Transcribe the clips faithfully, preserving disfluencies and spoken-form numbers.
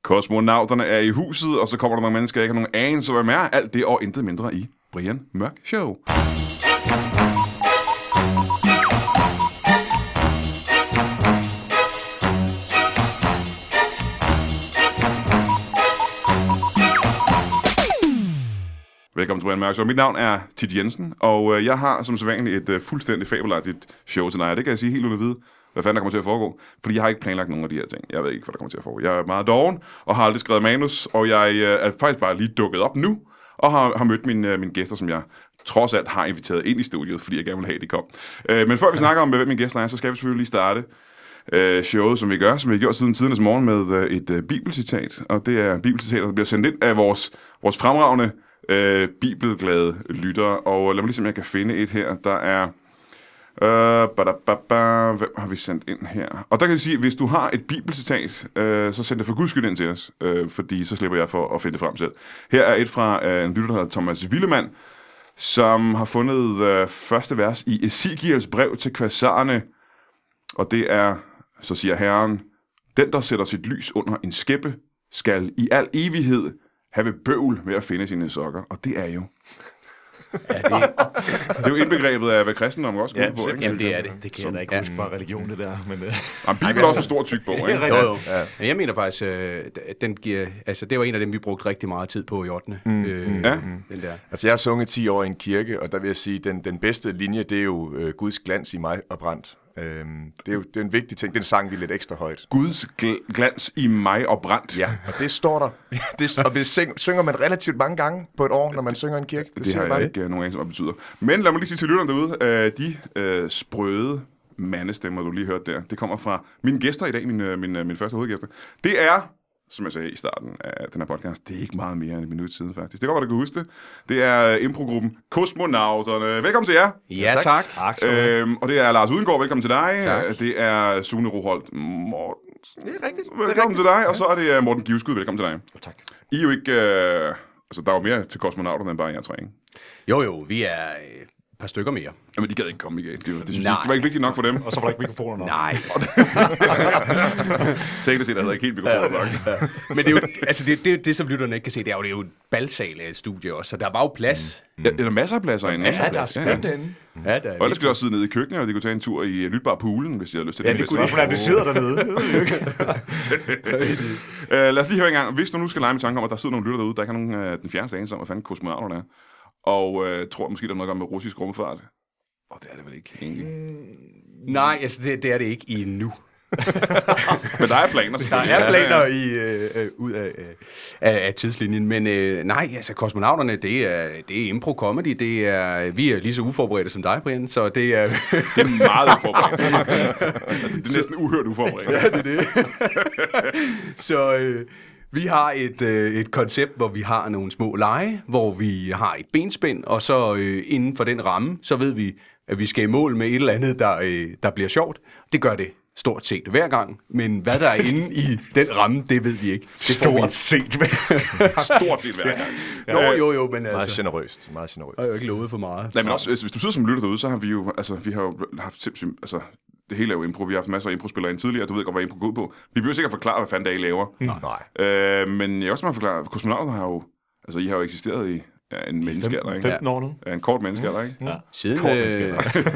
Kosmonauterne er i huset, og så kommer der nogle mennesker, jeg ikke har nogen anelse, hvem er. Alt det og intet mindre i Brian Mørk Show. Velkommen til Brian Mørk Show. Mit navn er Tit Jensen, og jeg har som sædvanligt et fuldstændig fabelagtigt show til dig. Det kan jeg sige helt uden at vide, hvad fanden der kommer til at foregå, fordi jeg har ikke planlagt nogen af de her ting. Jeg ved ikke, hvad der kommer til at foregå. Jeg er meget doven og har aldrig skrevet manus, og jeg er faktisk bare lige dukket op nu, og har, har mødt mine, mine gæster, som jeg trods alt har inviteret ind i studiet, fordi jeg gerne vil have, at de kom. Men før vi snakker om, hvem mine gæster er, så skal vi selvfølgelig lige starte showet, som vi gør, som vi har gjort siden tidernes morgen med et bibelcitat, og det er bibelcitater, der bliver sendt ind af vores, vores fremragende øh, bibelglade lyttere, og lad mig lige se, om jeg kan finde et her, der er Uh, ba-da-ba-ba. Hvem har vi sendt ind her? Og der kan jeg sige, at hvis du har et bibelcitat, uh, så send det for guds skyld ind til os, uh, fordi så slipper jeg for at finde det frem selv. Her er et fra uh, en lytter, der hedder Thomas Willemann, som har fundet uh, første vers i Ezekiels brev til kvassarerne, og det er, så siger Herren, den, der sætter sit lys under en skæppe, skal i al evighed have bøvl med at finde sine sokker, og det er jo Ja, det... det er jo indbegrebet af, hvad kristendom også går ja, ud på, ikke? Jamen, det er det. Det kan jeg da ikke ja. huske fra religion, det der. Men, uh... Jamen, Bibelen er også en stor tyk bog, ikke? Jo, jo. Ja. Men jeg mener faktisk, øh, den giver, altså, det var en af dem, vi brugte rigtig meget tid på i ottende Mm. Øh, ja. Den der. Altså, jeg har sunget ti år i en kirke, og der vil jeg sige, den, den bedste linje, det er jo øh, Guds glans i mig og brændt. Øhm, det er jo det er en vigtig ting. Den sang vi lidt ekstra højt. Guds gl- glans i mig og brændt. Ja, og det står der. det, og det syng, synger man relativt mange gange på et år, når man synger en kirke. Det, det har jeg bare ikke nogen anelse, hvad det betyder. Men lad mig lige sige til lytterne derude, øh, de øh, sprøde mandestemmer, du lige hørte der, det kommer fra mine gæster i dag, mine, mine, mine første hovedgæster. Det er, som jeg sagde i starten af den her podcast, det er ikke meget mere end et minut siden faktisk. Det går godt, at du kan huske det. Det er improgruppen Kosmonauterne. Velkommen til jer. Ja, tak. tak. Øhm, og det er Lars Udengård, velkommen til dig. Tak. Det er Sune Roholt Morten. Det er rigtigt. Velkommen til dig. Og så er det Morten Givskud, velkommen til dig. Oh, tak. I er jo ikke, øh, altså der er jo mere til kosmonauterne end bare jer tre, ikke? Jo, jo, vi er øh, et par stykker mere. Jamen, de gad ikke komme igen. Det, det, synes, det var ikke vigtigt nok for dem. Og så var der ikke mikrofoner nok. Nej. Tænk set, at der ikke helt mikrofoner nok. Men det er jo, altså det, det, det, som lytterne ikke kan se, det er jo, det er jo et balsal af et studie også, så der er bare jo plads. Mm. Ja, er der masser af pladser inde? Masser Ja, af der er plads. skønt derinde. Ja, der er Og ellers skal de også sidde nede i køkkenet, og de kunne tage en tur i Lytbar Poolen, hvis de havde lyst til Ja, det. det kunne de, hvordan det sidder dernede. uh, lad os lige høre en gang. Hvis du nu skal lege med tanke om, at der sidder nogle lytter derude, der ikke har nogen uh, den fjerneste anelse om, hvad fanden kosmonauterne er, og uh, tror måske, der er noget at gøre med russisk rumfart. Og oh, det er det vel ikke, egentlig. Mm. Nej, altså det, det er det ikke i nu. Men der er planer, Der er planer i, øh, øh, ud af, øh, af, af tidslinjen, men øh, nej, altså kosmonauterne, det er, det er impro-comedy, det er, vi er lige så uforberedte som dig, Brian, så det er... det er meget uforberedt. Altså, det er næsten uhørt uforberedt. Ja, det er det. så øh, vi har et, øh, et koncept, hvor vi har nogle små lege, hvor vi har et benspænd, og så øh, inden for den ramme, så ved vi, at vi skal i mål med et eller andet, der, øh, der bliver sjovt. Det gør det stort set hver gang, men hvad der er inde i den ramme, det ved vi ikke. Det Stort set hver Stort set hver gang. Jo, jo, jo, men Meget altså... generøst. Meget generøst. Jeg har jo ikke lovet for meget. Nej, men også, hvis du sidder som lytter derude, så har vi jo, altså, vi har jo haft sindssygt, altså, det hele er jo impro. Vi har haft masser af impro-spillere ind tidligere, du ved godt, hvad impro går ud på. Vi behøver sikkert forklare, hvad fanden det er, I laver. Nej. Øh, men jeg også må forklare, kosmonauterne har jo, altså, I har jo eksisteret i ja, en menneskealder, ikke? femten år nu. Ja, en kort menneskealder, ikke? Ja. Siden... Kort Øh,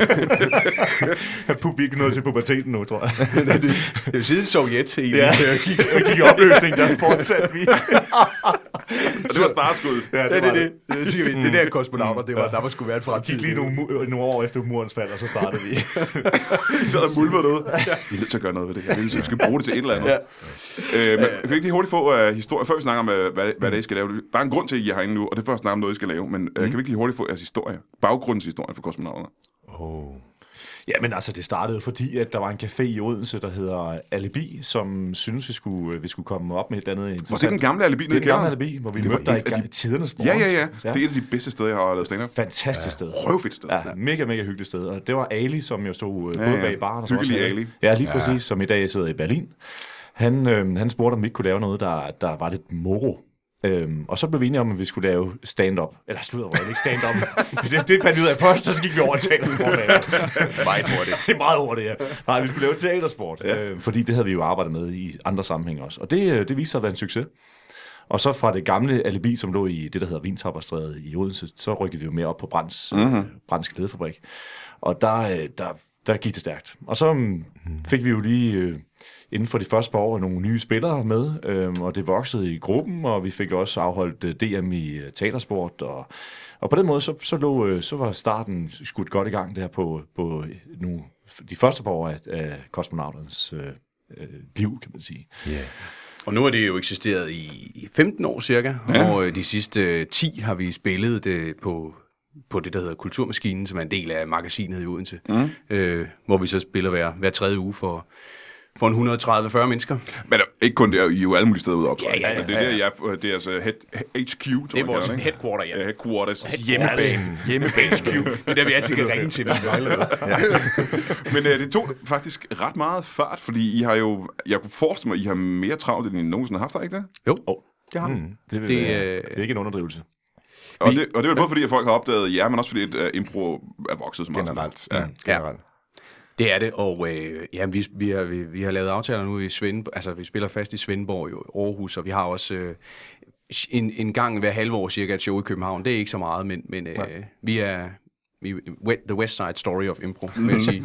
Jeg er ikke nået til puberteten nu, tror jeg. det, det er jo siden Sovjet i Ja, jeg gik, jeg gik i opløsning, der fortsatte vi. Og det var startskuddet. Ja, det, det, det, det, det, det, det der kosmonauter, det var, der var sgu være et Jeg fremtid. gik lige nogle, nogle år efter murens fald, og så startede vi. I sad og mulmede derude. Vi er nødt til at gøre noget ved det her. Vi skal bruge det til et eller andet. Ja. Øh, men kan vi ikke lige hurtigt få uh, historien, før vi snakker om, uh, hvad, hvad det er, I skal lave? Der er en grund til, at I er herinde nu, og det er for at snakke om noget, I skal lave. Men uh, mm. kan vi ikke lige hurtigt få jeres historie? Baggrundshistorien for kosmonauterne. Oh. Ja, men altså, det startede fordi, at der var en café i Odense, der hedder Alibi, som synes vi skulle, vi skulle komme op med et eller andet interessant. Var det den gamle Alibi nede i Det er den gamle kælderen? Alibi, hvor vi Det mødte var dig et i af gang- de- tidernes morgen. Ja, ja, ja. Det er et af de bedste steder, jeg har lavet stand-up. Fantastisk Ja, sted. røvfedt sted. Ja, mega, mega hyggeligt sted. Og det var Ali, som jo stod Ja, ja, både ja. bag baren og så Hyggelig også- Ali. Ja, lige præcis, ja. Som i dag sidder i Berlin. Han, øh, han spurgte, om vi ikke kunne lave noget, der, der var lidt moro. Øhm, og så blev vi enige om, at vi skulle lave stand-up. Eller slutter over, ikke stand-up. det, det fandt vi ud af først, og så gik vi over til teatersport. Meget hurtigt. Det er meget hurtigt, ja. Nej, vi skulle lave teatersport. Ja. Øh, fordi det havde vi jo arbejdet med i andre sammenhænge også. Og det, det viste sig at være en succes. Og så fra det gamle Alibi, som lå i det, der hedder Vintopperstræde i Odense, så rykkede vi jo mere op på Brands, mm-hmm. øh, Brands Klædefabrik. Og der, der, der gik det stærkt. Og så um, fik vi jo lige øh, inden for de første par år nogle nye spillere med, øh, og det voksede i gruppen, og vi fik også afholdt øh, D M i øh, teatersport. Og, og på den måde, så, så, lå, øh, så var starten skudt godt i gang der på, på nu, de første par år af, af kosmonauternes øh, øh, liv, kan man sige. Yeah. Og nu har det jo eksisteret i femten år cirka, ja. Og de sidste ti har vi spillet det på, på det, der hedder Kulturmaskinen, som er en del af magasinet i Odense, mm. øh, hvor vi så spiller hver, hver tredje uge for, for en et hundrede og tredive til fyrre mennesker. Men der, ikke kun der, I er jo alle mulige steder ude op. Ja, ja, ja. Det er der, jeg, det er altså head, H Q, tror det er vores headquarter, ja. ja. Headquarters. Hjemmebane. Hjemmebane H Q. Det er der, vi altid kan ringe til, hvis vi mangler Men øh, det tog faktisk ret meget fart, fordi I har jo, jeg kunne forestille mig, at I har mere travlt, end I nogensinde har haft, har I ikke det? Jo, oh, det har vi. Mm, det, det, øh, det er ikke en underdrivelse. Og det, og det er jo både fordi, at folk har opdaget jer, men også fordi, at uh, impro er vokset så meget. Generelt. Ja. Mm, generelt. Det er det, og øh, ja, vi, vi, har, vi, vi har lavet aftaler nu i Svendborg, altså vi spiller fast i Svendborg i Aarhus, og vi har også øh, en, en gang hver halve år cirka et show i København. Det er ikke så meget, men, men øh, vi er vi, the West Side Story of Impro, vil jeg sige.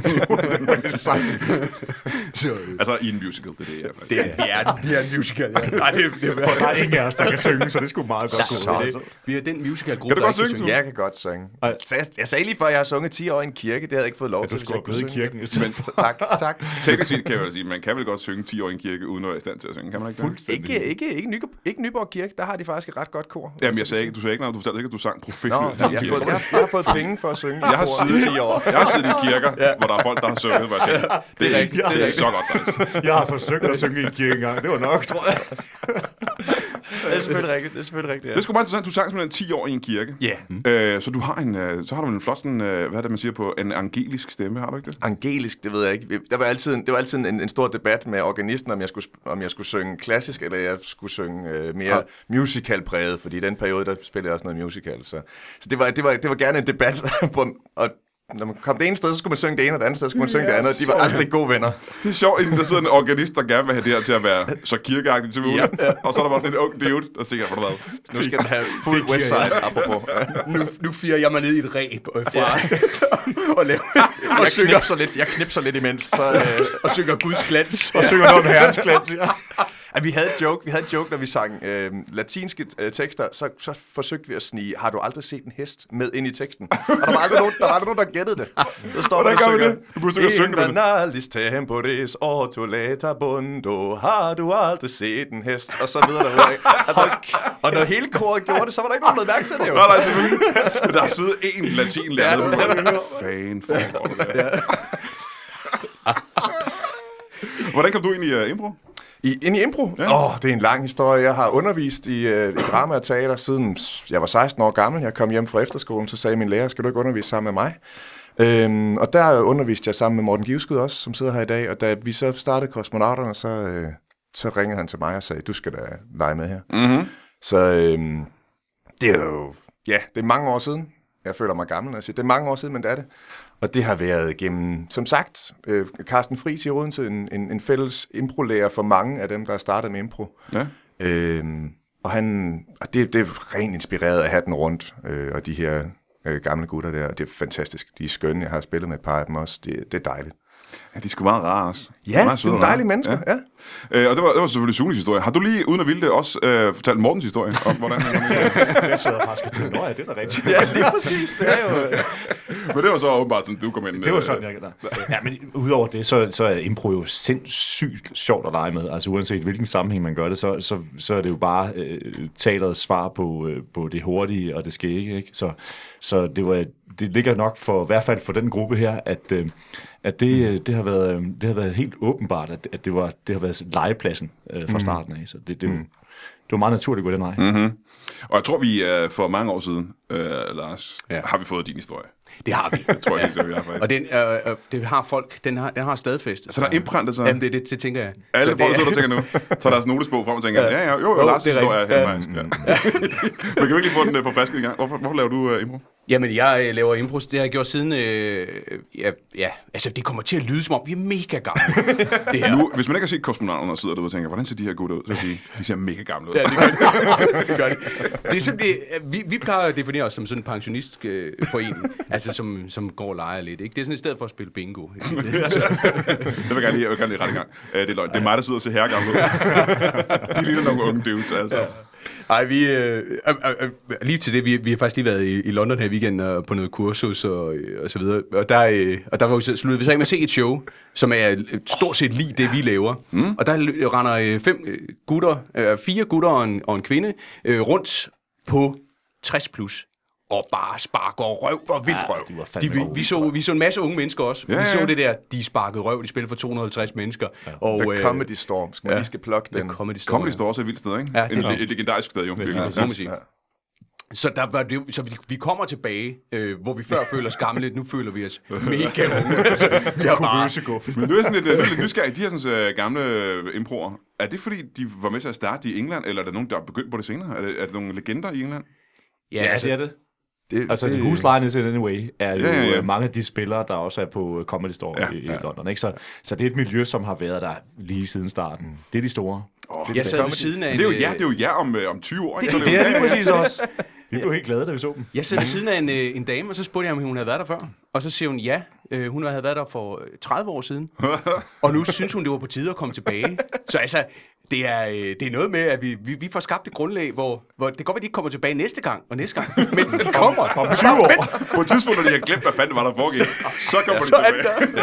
så, øh. Altså i en musical, det er det, jeg det er. Vi er, vi er en musical, ja. Nej, det, det er, der er ingen af os, der kan synge, så det skulle meget godt gå. Det, vi er den musical-gruppe, der ikke kan synge. Jeg kan godt synge. Så jeg, jeg sagde lige før, at jeg har sunget ti år i en kirke. Det havde jeg ikke fået lov ja, til. Du skulle have blevet i kirken. Men, tak, tak. Teknisk set kan jeg vel sige, man kan vel godt synge ti år i en kirke, uden at være i stand til at synge. Kan man ikke det? Ikke, ikke, ikke, Nyborg, ikke Nyborg Kirke. Der har de faktisk et ret godt kor. Jamen, jeg sagde ikke, du sagde ikke noget. Du fortalte ikke, at du sang professionelt. Nå, jeg, har fået, jeg, jeg har fået penge for at synge. Jeg har siddet i år. Jeg har siddet i kirker, ja. hvor der er folk, der har sunget, hvor jeg tænker, det er ikke, det er ikke så godt, faktisk. Jeg har forsøgt at synge i en kirke engang. Det var nok, tror jeg. Det er selvfølgelig rigtigt. Det er selvfølgelig rigtigt, ja. Det er sgu meget interessant. Du sang simpelthen ti år i en kirke. Ja. Yeah. Øh, så du har en, så har du en flot sådan, hvad er det, man siger på, en angelisk stemme, har du ikke det? Angelisk, det ved jeg ikke. Der var altid, det var altid en, en stor debat med organisten, om jeg skulle, om jeg skulle synge klassisk, eller jeg skulle synge uh, mere ja. musical-præget, fordi i den periode, der spillede jeg også noget musical. Så, så det, var, det, var, det var gerne en debat, og når man kom det ene sted, så skulle man synge det ene, og det andet sted, så skulle man synge det andet, og de var aldrig gode venner. Det er sjovt, der sidder en organist, der gerne vil have det her til at være så kirkeagtigt til muligt, ja. Og så er der bare sådan en ung dude, der siger, hvor du hvad? Nu skal man have fuld West Side, apropos. nu, nu firer jeg mig ned i et ræb fra, ja. og laver, og jeg, synger, knipser lidt, jeg knipser lidt imens, så, øh, og synger Guds glans. Og synger noget med herrens glans, ja. Ja, vi havde et joke, vi havde et joke, når vi sang øh, latinske øh, tekster, så, så forsøgte vi at snige, har du aldrig set en hest med ind i teksten? Og der var aldrig nogen, der, var aldrig nogen, der gættede det. Så står der, gør vi det? Du burde synge det. Invanalis temporis ortolata bundo, har du aldrig set en hest? Og så videre der. Altså, og når hele koret gjorde det, så var der ikke nogen, der havde mærke til det jo. Nej, nej, selvfølgelig. Men der har siddet en latinlærer. Ja, fan for det. Hvordan kom du ind i uh, impro? I, ind i impro? Åh, ja. oh, det er en lang historie. Jeg har undervist i, uh, i drama og teater siden jeg var seksten år gammel. Jeg kom hjem fra efterskolen, så sagde min lærer, skal du ikke undervise sammen med mig? Øhm, og der underviste jeg sammen med Morten Givskud også, som sidder her i dag. Og da vi så startede Kosmonauterne, så, øh, så ringede han til mig og sagde, du skal da lege med her. Mm-hmm. Så øh, det er jo, ja, det er mange år siden. Jeg føler mig gammel, når jeg siger, det er mange år siden, men det er det. Og det har været gennem, som sagt, øh, Carsten Friis i Odense, en, en, en fælles improlærer for mange af dem, der er startet med impro. Ja. Øhm, og han, og det, det er rent inspireret af hatten rundt, øh, og de her øh, gamle gutter der, og det er fantastisk. De er skønne, jeg har spillet med et par af dem også, det, det er dejligt. Ja, de er sgu meget rare også. Ja, meget det er dejlige mennesker, ja. ja. Øh, og det var, det var selvfølgelig Sunes historie. Har du lige, uden at ville det, også øh, fortalt Mortens historie om, hvordan han kom Jeg sidder faktisk og tænker, nå ja, det er da rigtigt. Ja, lige præcis, det er jo... Men det var så åbenbart sådan, du kom ind... Det var sådan, jeg der. Ja, men udover det, så, så er impro jo sindssygt sjovt at lege med. Altså uanset hvilken sammenhæng man gør det, så, så, så er det jo bare øh, teaterets svar på, øh, på det hurtige og det skægge, ikke? Så, så det var... Det ligger nok for, i hvert fald for den gruppe her, at, øh, at det, det, har været, det har været helt åbenbart, at, at det, var, det har været legepladsen øh, fra starten af. Så det, det, mm. det var meget naturligt at gå den vej. Mm-hmm. Og jeg tror, vi uh, for mange år siden, uh, Lars, ja. har vi fået din historie. Det har vi. Det tror jeg, ja. det er faktisk. Og den, øh, øh, det har folk, den har, den har stadfæst. Så der er indprintet så? Jamen, det, det, det tænker jeg. Alle så folk, det, der tænker nu, tager deres notesbog frem og tænker, ja, ja, jo, jo, jo Lars' historie er her faktisk. Ja. Men kan vi ikke lige få den uh, forflasket i gang? Hvorfor, hvorfor laver du uh, impro? Jamen, jeg øh, laver impro, det har jeg gjort siden, øh, ja, ja, altså det kommer til at lyde som om, vi er mega gamle. Det her. Nu, hvis man ikke har set kosmonauterne og sidder derude og tænker, hvordan ser de her gutter ud? Så siger de, de ser mega gamle ud. Ja, det gør de. det, gør de. Det er simpelthen, vi, vi plejer at definere os som sådan en pensionistforening, øh, altså som, som går og leger lidt, ikke? Det er sådan i stedet for at spille bingo. det vil jeg gerne lige, jeg vil gerne lige rette i gang. Uh, det er løgn. Det er mig, der sidder og ser herregamle ud. De ligner nogle unge dudes, altså. Ja. Ej, vi, øh, øh, øh, lige til det, vi, vi har faktisk lige været i, i London her i weekenden og på noget kursus og, og så videre, og der, øh, og der var vi så sluttet vi så ikke med at se et show, som er stort set lige det, vi laver, mm. og der render øh, fem gutter, øh, fire gutter og en, og en kvinde øh, rundt på tres plus, og bare sparker røv og vildt røv. Ja, de, vi, vi, så, vi så en masse unge mennesker også. Ja, ja. Vi så det der, de sparkede røv, de spillede for to hundrede og halvtreds mennesker. Ja. Og, The Comedy Storm, skal man ja, lige skal plukke den. Comedy Storm, Comedy Storm er et vildt sted, ikke? Ja, en, et legendarisk sted, jo. Det, det, det, det, det, ja. Så, der var det, så vi, vi kommer tilbage, øh, hvor vi før føler os gamle, nu føler vi os mega unge. Altså, vi har bare... Men nu er jeg sådan lidt, lidt nysgerrig. De her sådan, uh, gamle uh, improer, er det fordi, de var med til at starte i England, eller er der nogen, der er begyndt på det senere? Er det, er det nogle legender i England? Ja, altså, det er det. Det, altså, det, Huslejen is Anyway er jo ja, ja, ja. mange af de spillere, der også er på Comedy Store ja, i, i ja. London. Ikke? Så, så det er et miljø, som har været der lige siden starten. Det er de store. Oh, det jeg sad ved siden af en... Det er jo jer, det er jo jer om, om tyve år. Det, det, det er lige præcis også. Vi blev helt glade, da vi så dem. Jeg sad ved siden af en, en dame, og så spurgte jeg, om hun havde været der før. Og så siger hun, ja, øh, hun havde været der for tredive år siden. Og nu synes hun, det var på tide at komme tilbage. Så altså... Det er, det er noget med, at vi, vi, vi får skabt et grundlag, hvor, hvor det går, at de ikke kommer tilbage næste gang og næste gang, men de kommer om tyve år. På et tidspunkt, når de har glemt, hvad fanden var der foregik, så kommer ja, de tilbage.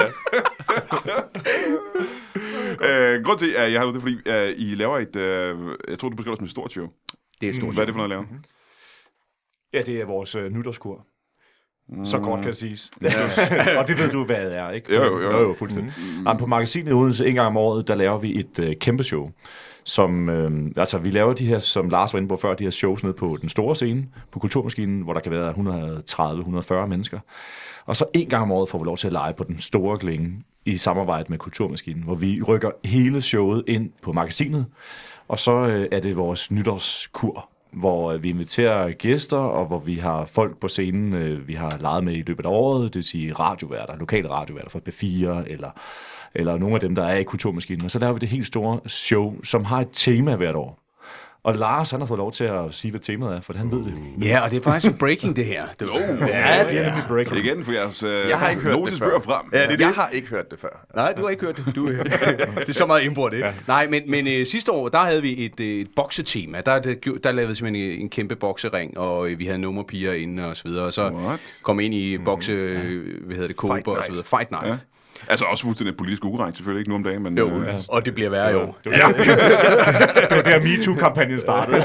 Ja. øh, grund til, at jeg har det, fordi uh, I laver et, uh, jeg tror, du beskriver det som et stort show. Det er et stort mm. Hvad er det for noget at lave? Mm-hmm. Ja, det er vores uh, nytårskur. Mm. Så kort kan det siges. Og det ved du, hvad det er, ikke? Jo, jo, jo. jo, jo fuldstændig. Mm. På magasinet i Odense en gang om året, der laver vi et øh, kæmpe show. Som, øh, altså, vi laver de her, som Lars var inde på før, de her shows nede på den store scene, på Kulturmaskinen, hvor der kan være et hundrede og tredive til et hundrede og fyrre mennesker. Og så en gang om året får vi lov til at lege på den store klinge i samarbejde med Kulturmaskinen, hvor vi rykker hele showet ind på magasinet, og så øh, er det vores nytårskur, hvor vi inviterer gæster, og hvor vi har folk på scenen, øh, vi har leget med i løbet af året, det vil sige radioværter, lokale radioværter fra B fire, eller, eller nogle af dem, der er i Kulturmaskinen. Og så laver vi det helt store show, som har et tema hvert år. Og Lars, han har fået lov til at sige, hvad temaet er, for han ved det. Ja, og det er faktisk en breaking, det her. Det, oh, ja, det er nemlig breaking. Det er igen for jeres uh, jeg har ikke hørt det før. Frem. Ja, det, det. Jeg har ikke hørt det før. Nej, du har ikke hørt det. Du, det er så meget import, det. Ja. Nej, men, men uh, sidste år, der havde vi et, et boksetema. Der, der, der lavede vi simpelthen en, en kæmpe boksering, og uh, vi havde nummerpiger inde og så videre. Og så What? kom ind i bokse, mm, ja. hvad hedder det, kober og så videre. Fight Night. Ja. Altså også fuldstændig politisk ukorrekt, selvfølgelig ikke nu om dagen, men... Jo, øh, og det bliver værre i år. Det var, det var der MeToo-kampagnen startede.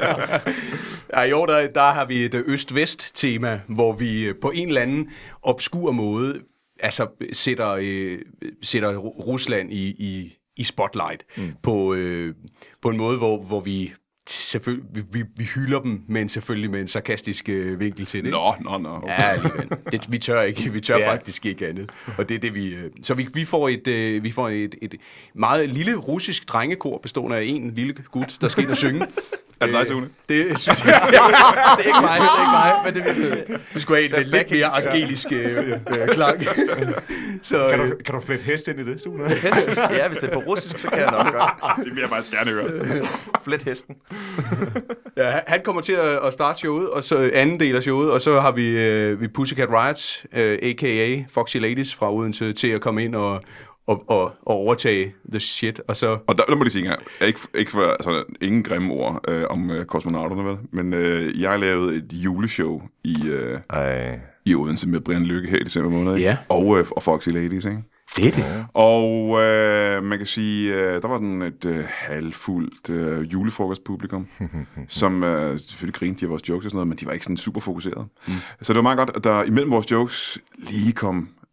Ja, i år der, der har vi et øst-vest-tema, hvor vi på en eller anden obskur måde altså sætter, øh, sætter Rusland i, i, i spotlight mm. på, øh, på en måde, hvor, hvor vi... Selvfølgelig, vi, vi, vi hylder dem, men selvfølgelig med en sarkastisk øh, vinkel til det. Nå, nå, nå. Okay. Ja, alligevel. Det, vi tør ikke, vi tør ja. faktisk ikke andet. Og det er det, vi... Øh, så vi, vi får, et, øh, vi får et, et meget lille russisk drengekor, bestående af en lille gut, der skal ind og synge. Er det dig, Sune? Det synes jeg. Det er ikke mig, det er ikke mig, men det vil vi skulle have en lidt mere angelisk øh, øh, klang. Så, kan, du, kan du flette hest ind i det, Sune? Hest? Ja, hvis det er på russisk, så kan jeg nok gøre. Det er mere bare spærende høre. Flet hesten. Ja, han kommer til at starte showet, og så anden del af showet, og så har vi, øh, vi Pussycat Riots, øh, a k a. Foxy Ladies fra Odense, til at komme ind og Og, og, og overtage the shit, og så... Og der, der må jeg sige, jeg ikke, ikke for, altså, ingen grimme ord øh, om øh, kosmonauterne, vel? Men øh, jeg lavede et juleshow i, øh, i Odense med Brian Lykke her i december måned, ja. og, øh, og Foxy Ladies, ikke? Det er det. Og øh, man kan sige, øh, der var den et øh, halvfuldt øh, julefrokostpublikum, som øh, selvfølgelig grinede de af vores jokes og sådan noget, men de var ikke sådan super fokuseret. Mm. Så det var meget godt, at der imellem vores jokes lige kom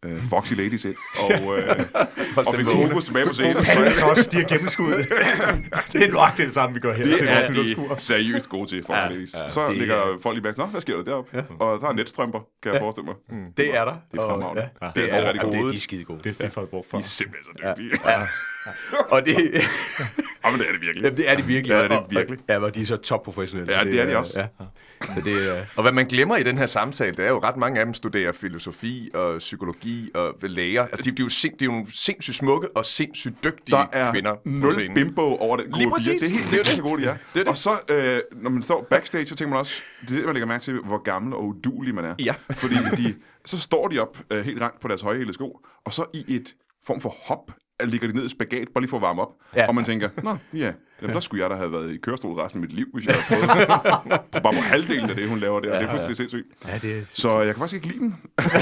øh, Foxy Ladies ind, og, øh, og fik fokus tilbage på scenen. Fanden også, de har gennemskuddet. Det er nøjagtigt det samme, vi gør her. Det til er vores de nytårskur. seriøst gode til, Foxy Ja, Ladies. ja, Så det ligger er- folk lige bag, nå, hvad sker der deroppe? Ja. Og der er netstrømper, kan jeg forestille mig. Mm. Det er der. Det er fremragende. Og, ja, Det er det er, rigtig og det er gode. de skide gode. Det er fedt for at bruge for. De er simpelthen så dygtige. Ja. Og det, Ja, men det er det virkelig. jamen, det er de virkelig. Ja, det er Og- virkelig. Ja, hvor de er så topprofessionelle. Ja, så det er de også. Ja. Så det er... Og hvad man glemmer i den her samtale, det er jo ret mange af dem studerer filosofi og psykologi og læger. Altså, de, de, er, jo sind, de er jo nogle sindssygt smukke og sindssygt dygtige Der er kvinder på nul scenen. bimbo over den Lige gode piger. præcis. Det er helt Det er vildt, det. så gode de er. Det er det. Og så, øh, når man står backstage, så tænker man også, det er det, man lægger mærke til, hvor gammel og udulig man er. Ja. Fordi de, så står de op øh, helt rangt på deres højhælede sko, og så i et form for hop, ligger de ned i spagat, bare lige for at varme op. Ja. Og man tænker, nå, ja, jamen, der skulle jeg da have været i kørestol resten af mit liv, hvis jeg havde prøvet bare på halvdelen af det, hun laver der. Ja, det er fuldstændig sindssygt. Ja, det er... Så jeg kan faktisk ikke lide dem.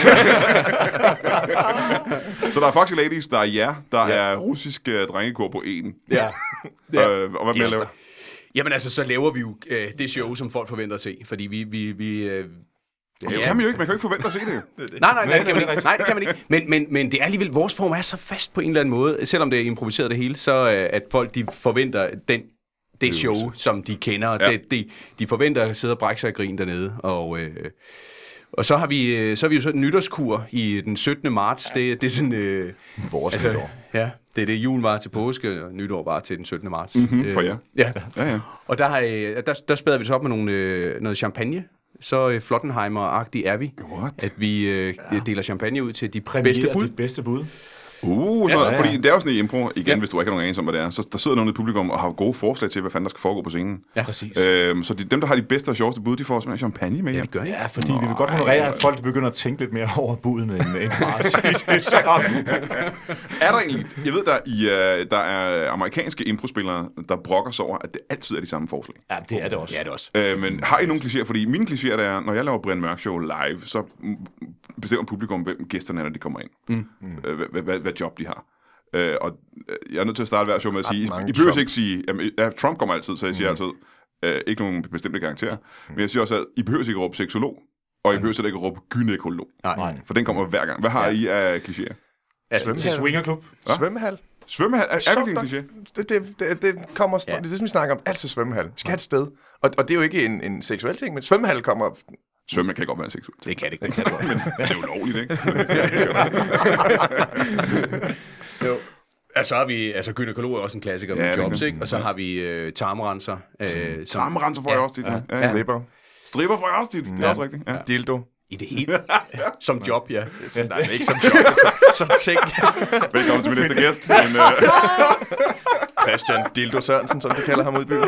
Så der er Foxy Ladies, der er jer, der Ja. er russisk uh, drengekor på en. Ja. Øh, og hvad mere Gæster. laver? Jamen altså, så laver vi jo øh, det show, som folk forventer at se. Fordi vi... vi, vi øh, Det kan man jo ikke, man kan jo ikke forvente at se det. Nej, nej, nej, det kan man det er ikke. Nej, det kan man ikke. Men, men, men det er alligevel, vores form er så fast på en eller anden måde, selvom det er improviseret det hele, så øh, at folk de forventer den, det show, som de kender. Ja. Ja. Det, de, de forventer at sidde og brække sig og grine dernede. Og, øh, og så har vi øh, så har vi jo så en nytårskur i den syttende marts. Det, det er sådan... Øh, Vores altså, nytår. ja, det er det. Julen var til påske, og nytår var til den syttende marts. Mhm, for jer. Ja. Ja, ja. Og der, har, øh, der, der spader vi så op med nogle, øh, noget champagne. Så øh, Flottenheimer-agtig er vi. What? At vi øh, ja. deler champagne ud til de bedste Præmierer bud. dit bedste bud. Uh, så, Ja, ja, ja. fordi det er jo sådan i impro, igen, Ja. hvis du ikke har nogen anelse om, hvad det er, så der sidder nogen i publikum og har gode forslag til, hvad fanden der skal foregå på scenen. Ja, Præcis. Øhm, så de, dem, der har de bedste og sjoveste bud, de får simpelthen champagne med Ja, hjem. det gør jeg. Ja, fordi vi vil godt honorere, at folk begynder at tænke lidt mere over buden, end, end bare at sige det sammen. Er der egentlig, jeg ved, der, i, uh, der er amerikanske improspillere, der brokker sig over, at det altid er de samme forslag. Ja, det er det også. Ja, det er også. Øh, men har I nogle klichéer? Fordi mine klichéer, der er, når jeg laver Brian Mørk Show live, så mm, bestemmer publikum, hvem gæsterne er, når de kommer ind. Mm. Øh, hvad, hvad, hvad job de har. Øh, og øh, jeg er nødt til at starte hver show med at sige, I, mange I behøver Trump. ikke sige, jamen, ja, Trump kommer altid, så jeg siger altid, øh, ikke nogen bestemte karakterer. Men jeg siger også, at I behøver ikke råbe seksolog, og I behøver slet ikke råbe gynekolog. Nej. For den kommer hver gang. Hvad har I af klichéer? Altså, Til swingerklub. Svømmehal. Svømmehal, er, er Sjovt det en nok. kliché? Det, det, det, det kommer, Ja. ja. det er det, som vi snakker om. Altid svømmehal. Vi skal have et sted. Og, og det er jo ikke en, en seksuel ting, men svømmehal kommer... Svømmehal kan godt være en seksuel ting. det kan det, det kan det godt. Det er jo lovligt, ikke? Jo. Altså, så har vi, altså gynekolog er også en klassiker Ja, med det jobs, kan- ikke? Og så har vi øh, tarmrenser. Øh, som, Tarmrenser får jeg også dit. Ja. Ja. Ja. Stripper. Stripper får jeg også dit. Det er også rigtigt. Ja. Dildo. I det hele. Som job, ja. Nej, men ikke som job, som, som ting. Velkommen til min næste gæst. Men, øh, Christian Dildo Sørensen, som de kalder ham ud i byen.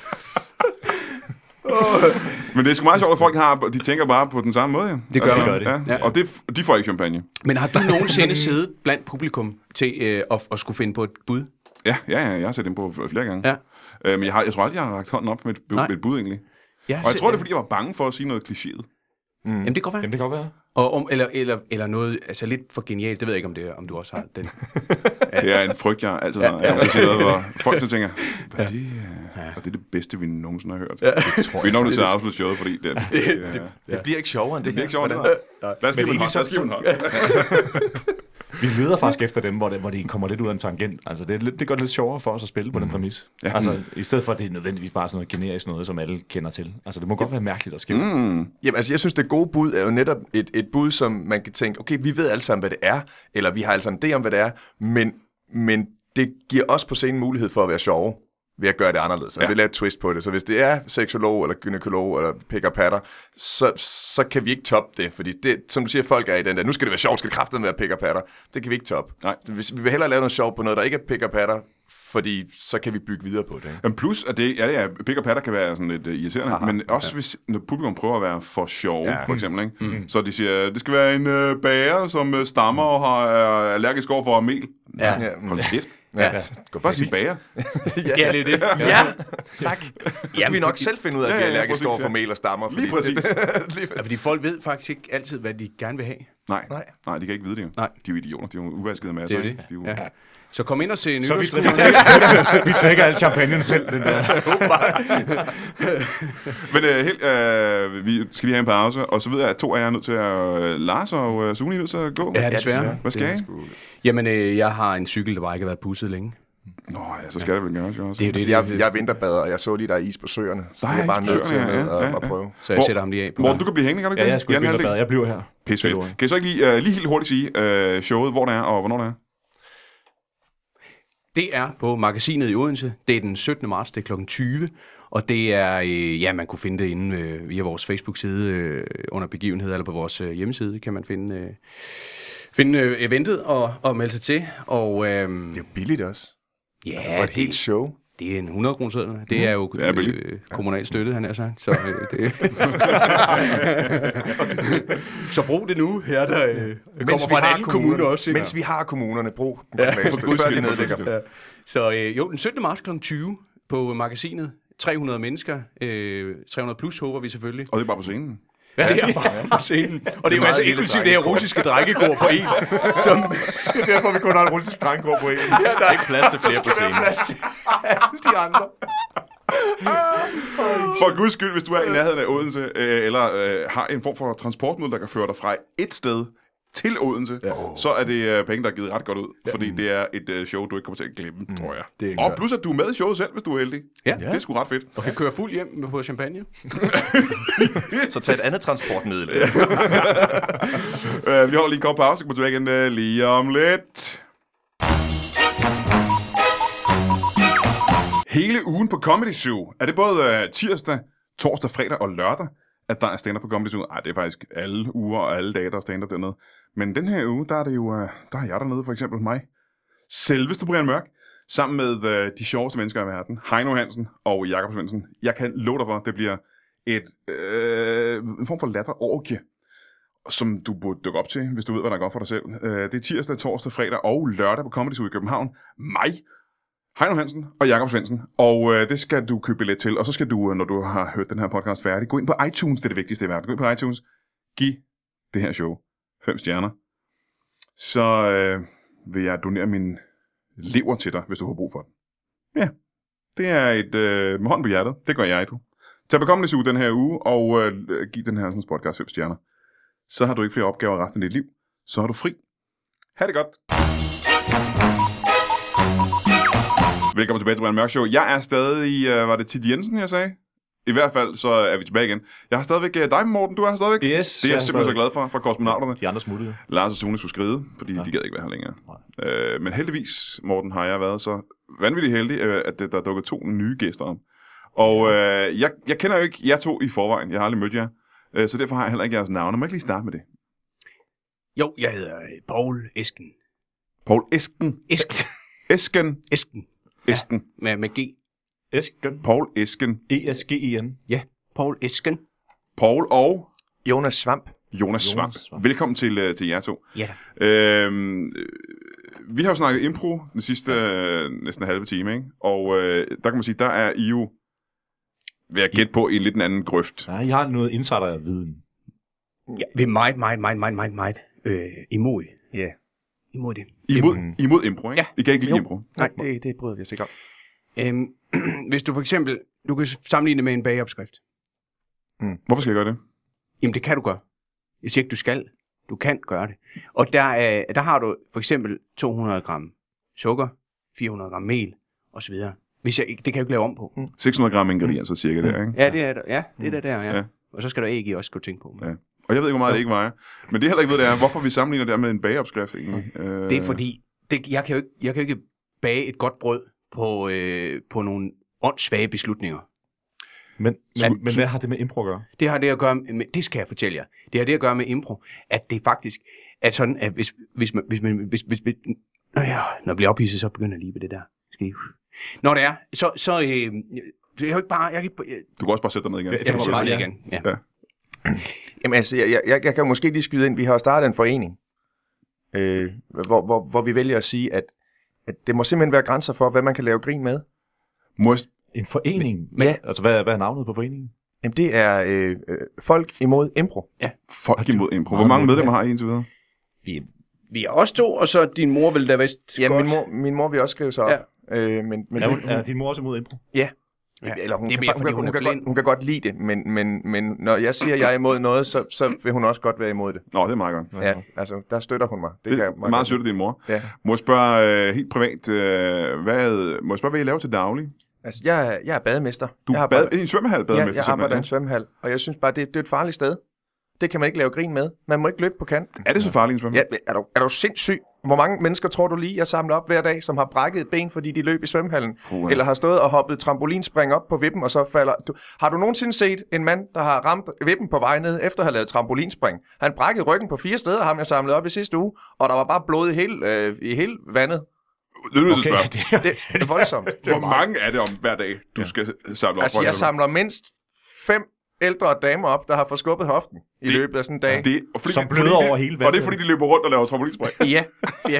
men det er sgu meget sjovt, at folk har, de tænker bare på den samme måde. Ja. Det gør altså, man. gør det. Ja. Ja. Og det, de får ikke champagne. Men har du nogensinde siddet blandt publikum til øh, at, at skulle finde på et bud? Ja, ja, ja, jeg har set dem på flere gange. Ja. Øh, men jeg, har, jeg tror aldrig, jeg har rakt hånden op med et, bud, Nej. med et bud egentlig. Ja, Og jeg tror, det er, fordi jeg var bange for at sige noget klichéet. Jamen, det kan godt være. Jamen, det kan godt være. Og om, eller, eller, eller noget altså lidt for genialt, det ved jeg ikke, om, det er, om du også har den. Det er en frygt, jeg altid har. Jeg har sige noget, hvor folk så tænker, hvad er det, ja. Og det er det bedste, vi nogensinde har hørt. Ja. Vi er nok nødt til at afslutte showet, fordi det, det, det, det, Det bliver ikke sjovere end det, det bliver ikke her. sjovt. Hvordan- Lad os give Men dem en det er hånd. Lad os give dem en hånd. Vi leder faktisk efter dem, hvor, det, hvor de kommer lidt ud af en tangent. Altså, det, er lidt, det gør det lidt sjovere for os at spille på den præmis. Ja. Altså, i stedet for, at det er nødvendigvis bare sådan noget generisk noget, som alle kender til. Altså, det må godt være mærkeligt at skrive. Mm. Mm. Jamen, altså, jeg synes, det gode bud er jo netop et, et bud, som man kan tænke, okay, vi ved alle sammen, hvad det er, eller vi har altså en idé om, hvad det er, men, men det giver os på scenen mulighed for at være sjove ved at gøre det anderledes. Ja. Vi laver et twist på det. Så hvis det er seksolog, eller gynekolog, eller pick og patter, så, så kan vi ikke toppe det. Fordi det, som du siger, folk er i den der, nu skal det være sjovt, skal det kraftedeme være pick og patter. Det kan vi ikke toppe. Nej. Hvis vi vil hellere lave noget sjovt på noget, der ikke er pick og patter, fordi så kan vi bygge videre på det. Ikke? Men plus, at det, ja, ja, pik og patter kan være sådan lidt uh, irriterende, Aha, men også hvis når publikum prøver at være for sjov, Ja. for eksempel, ikke? Mm. Så de siger, det skal være en uh, bager, som uh, stammer og har, er allergisk over for mel. Ja. Ja, Hold kæft. Ja. Gå bare sige bager. Ja, det er det. Ja, tak. Så skal vi nok fordi- selv finde ud af, at Ja, vi er ja, ja, allergiske præcis, over for ja. mel og stammer. Lige præcis. Ja, fordi folk ved faktisk ikke altid, hvad de gerne vil have. Nej. Nej. Nej, de kan ikke vide det jo. Nej. De er jo idioter. De er jo uvaskede masser. Det er ikke? det. De er jo... Ja. Så kom ind og se Så vi nytårsskolen. drikker, vi drikker al champagne selv, den der. Men øh, helt, øh, vi skal lige have en pause, og så ved jeg, at to af jer er nødt til at... Øh, Lars og øh, Sune er nødt til at gå. Ja, desværre. Hvad skal I? Jamen, øh, jeg har en cykel, der bare ikke har været pusset længe. Nå ja, så skal ja. det vel gøres jo også. Det er jo Altså, det, jeg, jeg er vinterbader, og jeg så lige, der er is på søerne. Så Der det er er bare is på nødt til søerne, at, ja, at, ja, at ja. prøve. Så jeg sætter ham lige af. På Morten, du kan blive hængende, kan du ikke Ja, det? jeg skulle Jan ikke Halling? vinterbade. Jeg bliver her. Pisfedt. Kan I så ikke lige, uh, lige helt hurtigt sige uh, showet, hvor det er, og hvornår det er? Det er på Magasinet i Odense. Det er den syttende marts, det er klokken tyve. Og det er, øh, ja, man kunne finde det inde øh, via vores Facebook-side øh, under begivenheder, eller på vores øh, hjemmeside kan man finde, øh, finde øh, eventet og, og melde sig til. Og, øh, Det er jo billigt også. ja, Altså for et det, helt show. det er en hundrede kroner seddel. Det er jo Det er billigt. øh, kommunalt støtte, han har sagt. Så, øh, det. så brug det nu, her der øh, kommer fra en anden kommune også. Ikke? Mens vi har kommunerne, brug den Ja, kommunale for støtte, guds før de skyld. nedlægger. Ja. Så øh, jo, den syttende marts klokken tyve på Magasinet. tre hundrede mennesker. Øh, tre hundrede plus håber vi selvfølgelig. Og det er bare på scenen. Ja, det er bare på scenen. Og det er jo meget altså lille inklusiv det her russiske drengekor på en. Som, Det er derfor, vi kun har en russisk drengkår på en. ja, der er ikke plads til flere på scenen. De andre. For guds skyld, hvis du er i nærheden af Odense, øh, eller øh, har en form for transportmiddel, der kan føre dig fra et sted til Odense, ja. så er det øh, penge, der er givet ret godt ud. Ja. Fordi det er et øh, show, du ikke kommer til at glemme, mm. tror jeg. Det er Og klart. plus, at du er med i showet selv, hvis du er heldig. Ja. Det er sgu ret fedt. Og kan køre fuld hjem med på champagne. Så tag et andet transportmiddel. Uh, vi holder lige en kort pause, så kommer tilbage igen uh, lige om lidt. Hele ugen på Comedy Zoo. Er det både uh, tirsdag, torsdag, fredag og lørdag, at der er stand-up på Comedy Zoo? Nej, det er faktisk alle uger og alle dage, der er stand-up dernede. Men den her uge, der er det jo, uh, der er jeg dernede, for eksempel mig. Selveste Brian Mørk, sammen med uh, de sjoveste mennesker i verden. Heino Hansen og Jakob Svendsen. Jeg kan love dig for, det bliver et, øh, en form for latterorgie, som du burde dukke op til, hvis du ved, hvad der er godt for dig selv. Øh, det er tirsdag, torsdag, fredag og lørdag på Comedy Zoo i København. Mig, Heino Hansen og Jakob Svendsen. Og øh, det skal du købe billet til. Og så skal du, når du har hørt den her podcast færdig, gå ind på iTunes. Det er det vigtigste i verden. Gå ind på iTunes. Giv det her show fem stjerner. Så øh, vil jeg donere min lever til dig, hvis du har brug for den. Ja, det er et øh, med hånd på hjertet. Det gør jeg, du. Tag på Comedy Zoo den her uge, og øh, giv den her sådan, podcast fem stjerner. Så har du ikke flere opgaver resten af dit liv. Så har du fri. Ha' det godt. Velkommen tilbage til Brian Mørk Show. Jeg er stadig, uh, var det Tid Jensen, jeg sagde? I hvert fald, så er vi tilbage igen. Jeg har stadigvæk uh, dig, Morten. Du er her stadigvæk. Yes. Det er jeg simpelthen så glad for, fra kosmonauterne. De andre smuttede. Lars og Sune skulle skride, fordi ja. de gad ikke være her længere. Uh, men heldigvis, Morten, har jeg været så vanvittigt heldig, uh, at der er dukket to nye gæster om. Og uh, jeg, jeg kender jo ikke jer to i forvejen. Jeg har aldrig mødt jer. Uh, så derfor har jeg heller ikke jeres navne. Må jeg ikke lige starte med det? Jo, jeg hedder Paul Esken. Paul Esken. Esken. Esken. Esken. Esken. Med, med G. Esken. Paul Esken. E S G E N. Ja, Paul Esken. Paul og Jonas Svamp. Jonas Svamp. Svamp. Velkommen til, uh, til jer to. Ja da. Øhm, øh, vi har jo snakket impro den sidste øh, næsten halve time, ikke? Og øh, der kan man sige, der er I jo ved at gætte på i en lidt en anden grøft. Nej, jeg har noget insider-viden. Ja, vi er meget, meget, meget, meget, meget, meget øh, imod. Ja. Yeah. Imod det. Imod, imod impro, ikke? Ja. I kan ikke lide Jo. impro. Nej, det, det bryder vi os ikke om. Øhm, hvis du for eksempel, du kan sammenligne det med en bageopskrift. Hvorfor skal jeg gøre det? Jamen, det kan du gøre. Jeg siger ikke, du skal. Du kan gøre det. Og der, er, der har du for eksempel to hundrede gram sukker, fire hundrede gram mel, osv. Hvis jeg, det kan jeg jo ikke lave om på. Mm. seks hundrede gram ingredienser cirka der, ikke? Ja, det er der. Ja, det er der, der, ja. Ja. Og så skal der æg i også, skal du tænke på. Ja. Og jeg ved ikke, hvor meget det ikke vejer. Men det er heller ikke ved, det er, hvorfor vi sammenligner det her med en bageopskrift egentlig. Øh, Det er fordi, det, jeg, kan jo ikke, jeg kan jo ikke bage et godt brød på, øh, på nogle åndssvage beslutninger. Men, Sku- men, men hvad har det med impro at gøre? Det har det at gøre med, det skal jeg fortælle jer, det har det at gøre med impro, at det faktisk er sådan, at hvis, hvis man, hvis man, hvis, hvis, hvis, når jeg, når jeg bliver ophidset, så begynder jeg lige på det der. Skal I, når det er, så, så, øh, jeg kan jo ikke bare, jeg kan ikke, jeg, Du kan også bare sætte dig ned igen. Ja, jeg kan bare sætte lige det igen, ja. Ja. Jamen altså, jeg, jeg, jeg kan jo måske lige skyde ind. Vi har jo startet en forening, øh, hvor, hvor, hvor vi vælger at sige, at, at det må simpelthen være grænser for, hvad man kan lave grin med. Må jeg... En forening? Men- Ja. Altså, hvad, hvad er navnet på foreningen? Jamen det er øh, øh, folk imod impro. Folk imod impro. Hvor mange medlemmer har I indtil videre? Vi, vi er os to, og så din mor vil da vist Ja, godt. min mor, min mor vil også skrive sig op. Ja. Øh, men, men Er, hun, er din mor også imod impro? Ja. Ja. Eller hun, Det er kan, mere, hun, fordi kan, hun hun, er kan blind. godt, hun kan godt lide det, men, men, men når jeg siger, at jeg er imod noget, så, så vil hun også godt være imod det. Nå, det er meget godt. Ja, altså, der støtter hun mig. Det, Det kan er jeg meget sødt af din mor. Ja. Må jeg spørge øh, helt privat, øh, hvad, må jeg spørge, hvad I laver til daglig? Altså, jeg, er- jeg er bademester. Du jeg er bad, i en svømmehal bademester? Ja, jeg arbejder i en svømmehal, og jeg synes bare, det, det er et farligt sted. Det kan man ikke lave grin med. Man må ikke løbe på kanten. Er det så farligt, en svømmehal? Ja, er du, er du sindssyg? Hvor mange mennesker tror du lige, jeg samler op hver dag, som har brækket et ben, fordi de løb i svømmehallen? Puha. Eller har stået og hoppet trampolinspring op på vippen, og så falder... Du, har du nogensinde set en mand, der har ramt vippen på vej ned, efter at have lavet trampolinspring? Han brækkede ryggen på fire steder, ham jeg samlede op i sidste uge, og der var bare blod i hele, øh, i hele vandet. Det er nødt til at Okay, spørge. det, Det er voldsomt. Hvor mange er det om hver dag, du skal samle op? Altså, for jeg at- samler mindst fem ældre damer op, der har fået skubbet hoften i Det- løbet af sådan en dag. Det, og fordi, Som fordi bløder det- over hele Og det er vandet. fordi, de løber rundt og laver trampolinspring. Ja, ja.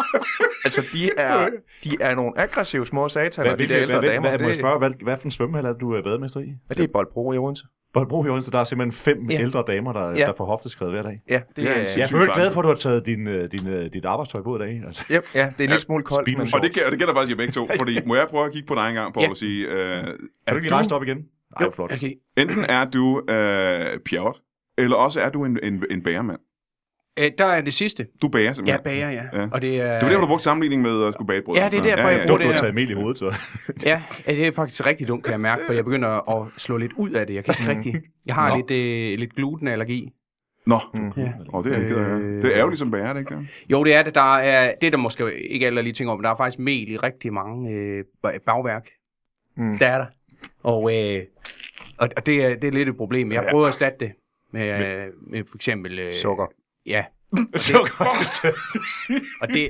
Altså, de er, de er nogle aggressive små sataner, hvad, de der hvad, ældre hvad, damer. hvad, må jeg Det, spørge, hvad, hvad for en svømmehal er det, du er bademester i? det er Boldbro i Odense. Boldbro i Odense, der er simpelthen fem Ja. ældre damer, der, Ja. der får hofteskred hver dag. Ja, det, Det er er, en Jeg er sindssygt for øvrigt glad farligt. for, at du har taget din, øh, din, øh, dit arbejdstøj på i dag. Altså. ja, ja, det er en lille smule koldt. Speedo Men, Og det, gælder- det gælder faktisk jer begge to, fordi må jeg prøve at kigge på dig en gang, Paul, Ja. og sige, øh, Er du er ikke lige rejst op igen? Nej, Jo, flot. okay. enten er du øh, pjævret, eller også er du en, en, en bagermand. Øh, der er det sidste. Du bager Ja, simpelthen. bager, ja. Ja. Og det er... Det var derfor, du brugte sammenligning med at skulle bage et brød. Ja, det er derfor, jeg Du, bruger du har det taget mel i hovedet, så. Ja, det er faktisk rigtig dumt, kan jeg mærke, for jeg begynder at slå lidt ud af det. Jeg kan ikke rigtig... Jeg har Nå. lidt, øh, lidt glutenallergi. Nå, Mm. Ja. oh, det er ikke Øh, det er ærgerligt som bager, er det ikke det? Jo, det er det. Der er det, der måske ikke alle lige tænker om, der er faktisk mel i rigtig mange øh, bagværk. Mm. Der er der. Og, øh, og, og det, er, det er lidt et problem. Jeg har prøvet at erstatte det med, øh, med for eksempel... Øh, Sukker. Ja. Sukker. Og det...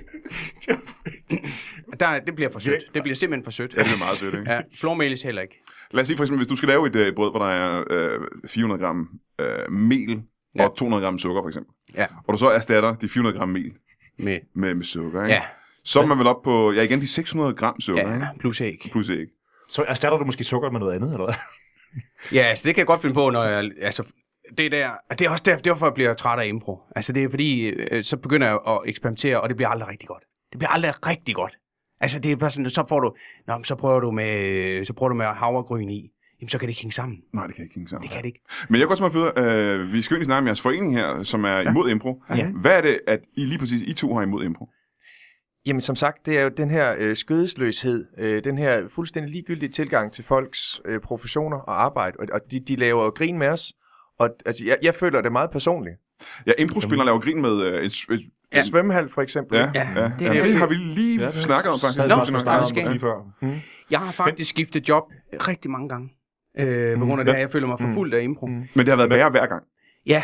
der, det bliver for sødt. Det bliver simpelthen for sødt. Ja, det er meget sødt, ikke? Ja, flormelis heller ikke. Lad os sige for eksempel, hvis du skal lave et øh, brød, hvor der er øh, fire hundrede gram øh, mel Ja. og to hundrede gram sukker, for eksempel. Ja. Og du så erstatter de fire hundrede gram mel Med, med, med sukker, ikke? ja, Så er man vel op på, ja igen, de seks hundrede gram sukker, ikke? ja, plus æg. Plus æg. Så erstatter du måske sukker med noget andet, eller hvad? Ja, altså det kan jeg godt finde på, når jeg... Altså, det der... Det er også derfor, derfor jeg bliver træt af impro. Altså det er fordi, øh, så begynder jeg at eksperimentere, og det bliver aldrig rigtig godt. Det bliver aldrig rigtig godt. Altså det er bare sådan, så får du... Nå, men så prøver du med, så prøver du med havregryn i. Jamen så kan det ikke hænge sammen. Nej, det kan ikke hænge sammen. Det kan det ikke. Men jeg kan godt tænke mig at vide, øh, vi skal jo egentlig snakke om jeres forening her, som er ja. imod impro. Ja. Hvad er det, at I lige præcis I to har imod impro? Jamen som sagt, det er jo den her øh, skødesløshed, øh, den her fuldstændig ligegyldige tilgang til folks øh, professioner og arbejde, og, og de, de laver jo grin med os, og altså, jeg, jeg føler det meget personligt. Ja, impro-spillere laver grin med øh, et, et, Ja. Svømmehal for eksempel. ja, Ja, ja, ja. det er ja, det rigtigt. har vi lige Ja, ja, det- snakket om faktisk. Sad Nå, vi også og snakkede om skal- det lige før. Mm. Jeg har faktisk skiftet job rigtig mange gange. Øh, på grund af det her, jeg føler mig forfulgt af impro. Mm. Men det har været værre hver gang. Ja,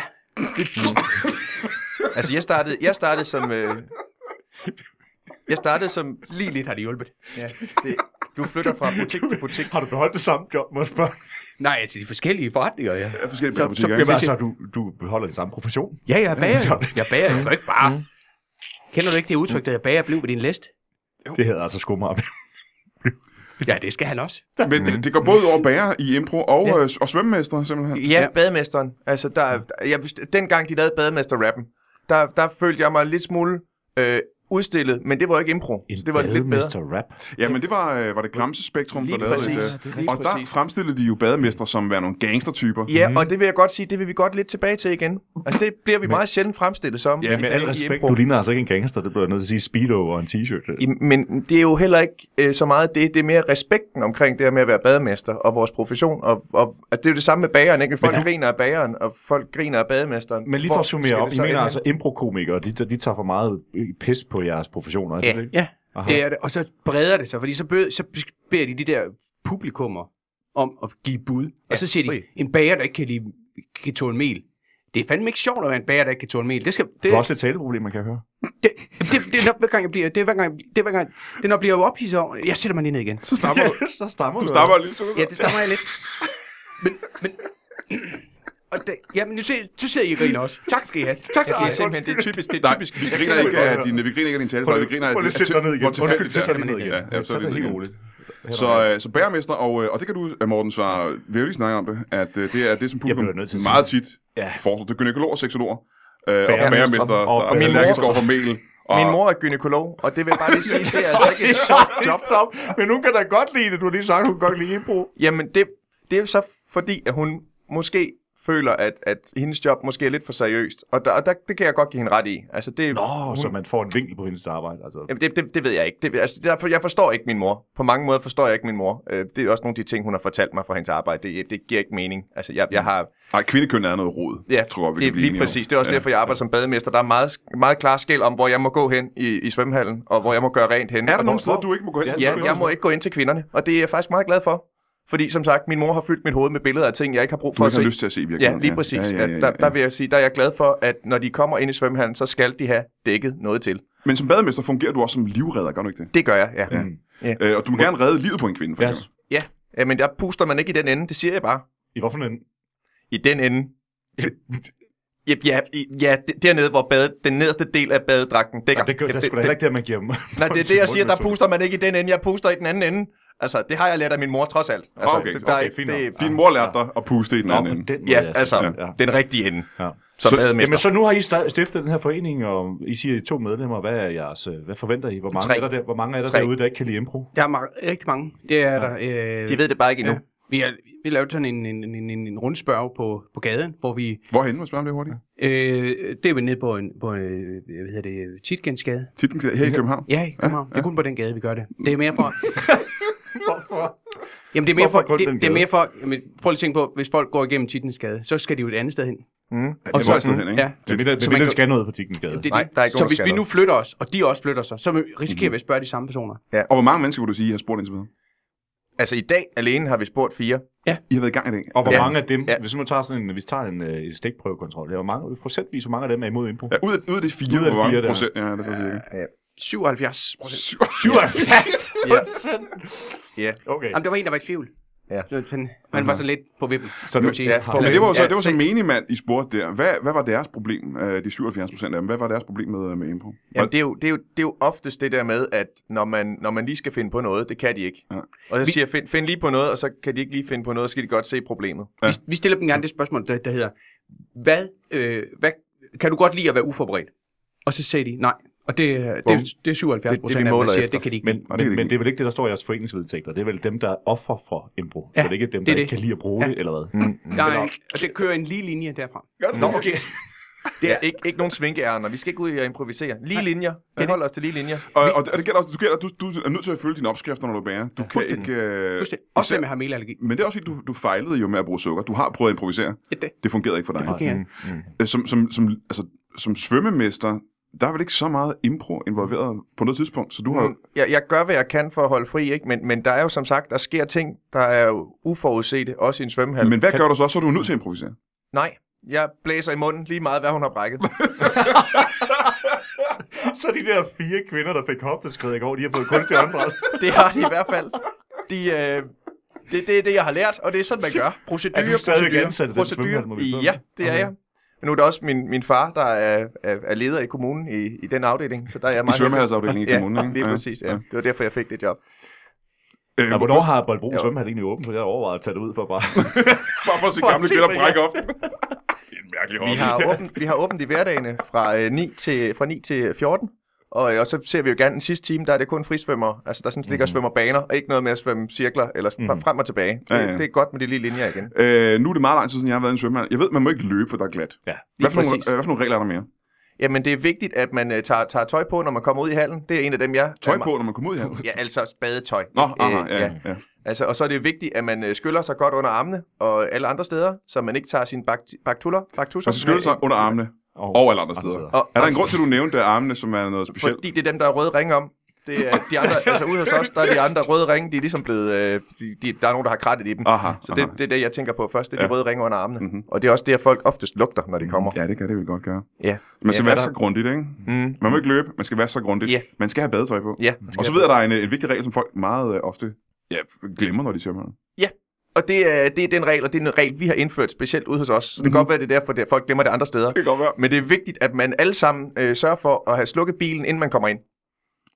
Altså jeg startede, jeg startede som... Øh, jeg startede som... lige lidt har det hjulpet. Ja, det, du flytter fra butik til butik. Har du beholdt det samme job, må jeg spørge? Nej, altså de forskellige forretninger, ja. Ja, forskellige Så- butikker, så- ikke? Jamen altså, du, du beholder den samme profession. Ja, jeg bager jo. Ja. Jeg bager jo ikke bare. Kender du ikke det udtryk, der jeg bager blev ved din læst? Det hedder altså skummer. Ja, det skal han også. Men det, det går både over bager i impro og, Ja. ja. og svømmemestre, simpelthen. Ja, Ja. bademesteren. Altså, der, jeg, dengang de lavede bademester-rappen, der, der følte jeg mig en lidt smule øh, udstillet, men det var ikke impro. En Så det var lidt bedre. bademester-rap. Ja, men det var, øh, var det Gramse-spektrum, Lige der lavede præcis. det. Lige Og der præcis. fremstillede de jo bademestre som være nogle gangstertyper. Ja, og det vil jeg godt sige, det vil vi godt lidt tilbage til igen. Altså, det bliver vi meget sjældent fremstillet som. Ja, i Med dag al i respekt, impro. du ligner altså ikke en gangster. Det bliver jeg nødt til at sige speedo og en t-shirt. I, men det er jo heller ikke øh, så meget det. Det er mere respekten omkring det her med at være bademester og vores profession. Og, og at det er jo det samme med bageren, ikke? Folk Men- griner af bageren, og folk griner af bademesteren. Men lige for Hvor at summere skal op, det I så mener ende altså impro-komikere, de, de tager for meget pis på jeres professioner, er det Ja. det? Ja, Aha. det er det. Og så breder det sig, fordi så, bød, så beder de de der publikummer om at give bud. Og så siger de, ui. en bager, der ikke kan, lide, kan tåle mel. Det er fandme ikke sjovt at være en bager, der ikke kan tåle mel. Det skal... Du Det, har også lidt taleproblem, man kan høre. det, det, det, er nok, hver gang jeg bliver... Det er hver gang, det er hver gang... Det er når jeg bliver ophidset over... Jeg sætter mig lige ned igen. Så stammer du. Så stammer Du stammer lidt. Ja, det stammer jeg lidt. Men... men og det, ja, men nu ser, så sidder I og griner også. Tak skal I have. Tak skal I Det have. er simpelthen, det er typisk, det er Nej, typisk. vi griner ikke af din, vi griner ikke af din talefejl, vi griner af Prøv lige det. at sætte dig ned igen. Hvor tilfældigt så det sætter er. man ned igen. Ja, ja, så Så er er det det helt helt roligt. Så, øh, så bæremester, og, øh, og det kan du, øh, Morten, svare, vi har jo lige snakket om det, at øh, det er det, som Jeg bliver publikum nødt til at meget sige tit Ja. foreslår. Det er gynækolog og seksologer. øh, og bagermester, og- og, og min min allergisk mor- over for mel. Og, Min mor er gynækolog, og det vil jeg bare lige sige, det er altså ikke et sjovt job. Stop. Men hun kan da godt lide det. Du har lige sagt, at hun kan godt lide impro. Jamen, det, det er jo så fordi, at hun måske føler, at, at hendes job måske er lidt for seriøst. Og, der, og der, det kan jeg godt give hende ret i. Altså, det, Nå, hun, så man får en vinkel på hendes arbejde. Altså. Jamen, det, det, det ved jeg ikke. Det, altså, derfor, jeg forstår ikke min mor. På mange måder forstår jeg ikke min mor. Øh, det er også nogle af de ting, hun har fortalt mig fra hendes arbejde. Det, det giver ikke mening. Altså, jeg, jeg har... nej, kvindekøn er noget rod, Ja, tror jeg, vi det kan er blive lige enige om. præcis. Det er også ja. derfor, jeg arbejder som bademester. Der er meget, meget klar skæld om, hvor jeg må gå hen i, i svømmehallen, og hvor jeg må gøre rent hen. Er der og nogle hvor, steder, du ikke må gå hen? Ja, jeg må ikke gå ind til kvinderne, og det er jeg faktisk meget glad for. Fordi som sagt, min mor har fyldt mit hoved med billeder af ting, jeg ikke har brug Du for at ikke har se. lyst til at se i Ja, virkeligheden. lige præcis. Ja, ja, ja, ja, Der, der vil jeg sige, der er jeg glad for, at når de kommer ind i svømmehallen, så skal de have dækket noget til. Men som bademester fungerer du også som livredder, gør du ikke det? Det gør jeg, ja. Ja. Ja. Øh, og du må gerne redde livet på en kvinde, for Ja. eksempel. Ja, ja, men der puster man ikke i den ende, det siger jeg bare. I hvorfor en... I den ende. Ja, ja, ja, dernede, hvor bade, den nederste del af badedragten dækker. Ja, det gør det, det, sgu da heller ikke det, at man giver dem. Nej, det er det, jeg siger, der puster man ikke i den ende, jeg puster i den anden ende. Altså, det har jeg lært af min mor trods alt. Altså, Okay, det, der, okay, er- fint det, nok. Din mor lærte dig at puste i den Nå, anden men ende. den måde, ja, jeg altså, synes, ja. den rigtige ende. Ja. Som Så- bademester. Jamen, så nu har I sta- stiftet den her forening, og I siger, I er to medlemmer. Hvad er jeres, øh, hvad forventer I? Hvor mange Tre. er der, der, hvor mange er der Tre. derude, der ikke kan lide impro? Der er ma- rigtig mange. Det er der. Øh, De ved det bare ikke endnu. ja. Vi har vi lavede sådan en, en, en, en, en rundspørg på, på gaden, hvor vi... Hvorhenne, må jeg spørge om det hurtigt? Øh, det er vi nede på en, på en hvad hedder det, Tietgensgade. Titlen her i København? Ja, i København. Ja, ja. Det er kun på den gade, vi gør det. Det er mere for... Hvorfor? Jamen, det er mere Hvorfor for... kun Det, den det er gade? mere for... Jamen, prøv lige at tænke på, hvis folk går igennem Tietgensgade, så skal de jo et andet sted hen. Mm. Ja, Og det så- var et sted hen, ikke? Ja. Men vi der, Så men man der kan- skal noget på Tikkengade. Det, Nej, der er ikke så nogen, hvis der vi skal nu flytter os, og de også flytter sig, så risikerer vi at spørge de samme personer. Og hvor mange mennesker vil du sige, I har spurgt indtil videre? Altså, i dag alene har vi spurgt fire. I har været i gang i dag. Og hvor Ja. mange af dem, Ja. hvis nu tager sådan en, hvis vi tager en, øh, en stikprøvekontrol, ja, hvor mange, procentvis, hvor mange af dem er imod impro? Ja, ud af, ud af de fire, Ud af hvor mange fire, der. procent? Ja, det er så cirka. syvoghalvfjerds procent. syvoghalvfjerds Ja. Ja. Okay. Jamen, der var en, der var i tvivl. Ja. Så sådan, man var så lidt på vippen. Så kan nu- man sige. ja, Har- på Men det var jo så, Ja, det var så se- menigmand, I spurgte der. Hvad, hvad var deres problem, øh, de syvoghalvfjerds procent af dem? Hvad var deres problem med, med impro? Jamen, det, er jo, det, er jo, det er jo oftest det der med, at når man, når man lige skal finde på noget, det kan de ikke. Ja. Og så siger jeg, find, find lige på noget, og så kan de ikke lige finde på noget, og så skal de godt se problemet. Ja. Vi, vi stiller dem gerne det spørgsmål, der, der hedder, hvad, øh, hvad, kan du godt lide at være uforberedt? Og så siger de, nej. Og det, er- det, Bum. er- det er syvoghalvfjerds Det- det, vi procent af dem, der måler siger, efter. det kan de ikke Men, lide. Og det er men, det men ikke. det er vel ikke det, der står i jeres foreningsvedtægter. Det er vel dem, der er offer for impro. Ja, det er ikke dem, det er der det. ikke kan lide at bruge Ja. det, eller hvad? Mm. Nej, og det kører en lige linje derfra. Nå, okay. Det er ikke, ikke nogen svinkeærner. Vi skal ikke ud i at improvisere. Lige linjer. Vi det. holder os til lige linjer. Og, og, og det gælder også, du, gælder, du, du er nødt til at følge dine opskrifter, når du bærer. Du kan fuldstændig. ikke... Øh, Fuldstændig. Også især- dem, jeg har melallergi. Men det er også fordi, du, du fejlede jo med at bruge sukker. Du har prøvet at improvisere. Ja, det. Det fungerede ikke for dig. Det fungerer ikke. Øh, Som, som, som, altså, som svømmemester, der er vel ikke så meget impro involveret på noget tidspunkt, så du har... Mm. Jeg, jeg gør, hvad jeg kan for at holde fri, ikke? Men, men der er jo som sagt, der sker ting, der er jo uforudsete, også i en svømmehal. Men hvad gør du så? Så er du nødt til at improvisere. Nej, jeg blæser i munden lige meget, hvad hun har brækket. Så de der fire kvinder, der fik hofteskred i går, de har fået kunstig åndedræt. Det har de i hvert fald. De, øh, det, det er det, jeg har lært, og det er sådan, man gør. Procedur, Er du stadigvæk procedur. ansat i den svømmehal, må vi spørge? Ja, det er jeg. Men nu er det også min, min far, der er, er, er leder i kommunen i, i den afdeling, så der er jeg I meget... svømmehalsafdelingen i kommunen, Ja, ikke? lige Ja. præcis, ja. Det var derfor, jeg fik det job. Øh, Ja, hvornår har Boldbro Jo. svømmehal egentlig åbent? For jeg har overvejet at tage det ud for bare... Bare for at se For at gamle se, kvinder hvad brække jeg- op. Det er en mærkelig Vi hobby. har åbent, vi har åbent i hverdagene fra, øh, ni til, fra ni til fjorten. Og, øh, og så ser vi jo gerne den sidste time, der er det kun frisvømmer. Altså der sådan, ligger og svømmer baner, og ikke noget med at svømme cirkler, eller mm. frem og tilbage. Det, Ja, ja. det er godt med de lige linjer igen. Øh, nu er det meget lang tid siden, jeg har været i en svømmehal. Jeg ved, man må ikke løbe, for der er glat. Ja. Hvad for, nogle, præcis. øh, hvad for nogle regler er der mere? Jamen det er vigtigt, at man uh, tager, tager tøj på, når man kommer ud i hallen. Det er en af dem, jeg... Tøj på, når man kommer ud i hallen? Ja, altså badetøj. Nå, Øh, aha, ja, ja. Altså, og så er det vigtigt, at man øh, skyller sig godt under armene og alle andre steder, så man ikke tager sine bak- baktuller, baktusser. Og så skylle sig under armene og alle andre steder. Og, Er der en grund til, at du nævnte armene, som er noget specielt? Fordi det er dem, der er røde ringe om. Det er de andre, altså ude hos os, der er de andre røde ringe, de er ligesom blevet, øh, de, de, der er nogen, der har krattet i dem. Aha, Så det, aha. det er det, jeg tænker på først, det er de Ja. røde ringe under armene. Mhm. Og det er også det, folk oftest lugter, når de kommer. Ja, det kan det vel godt gøre. Ja. Man skal Ja, være der- så grundigt, ikke? Mm. Man må ikke løbe, man skal være så grundigt. Ja. Man skal have badetøj på. Ja. Og så ved jeg, der er en, en vigtig regel, som folk meget øh, ofte ja, glemmer, når de svømmer. Og det er, det er den regel, og det er en regel, vi har indført specielt ude hos os. Så det kan Mhm. godt være, det er derfor, at folk glemmer det andre steder. Det kan godt være. Men det er vigtigt, at man alle sammen øh, sørger for at have slukket bilen, inden man kommer ind.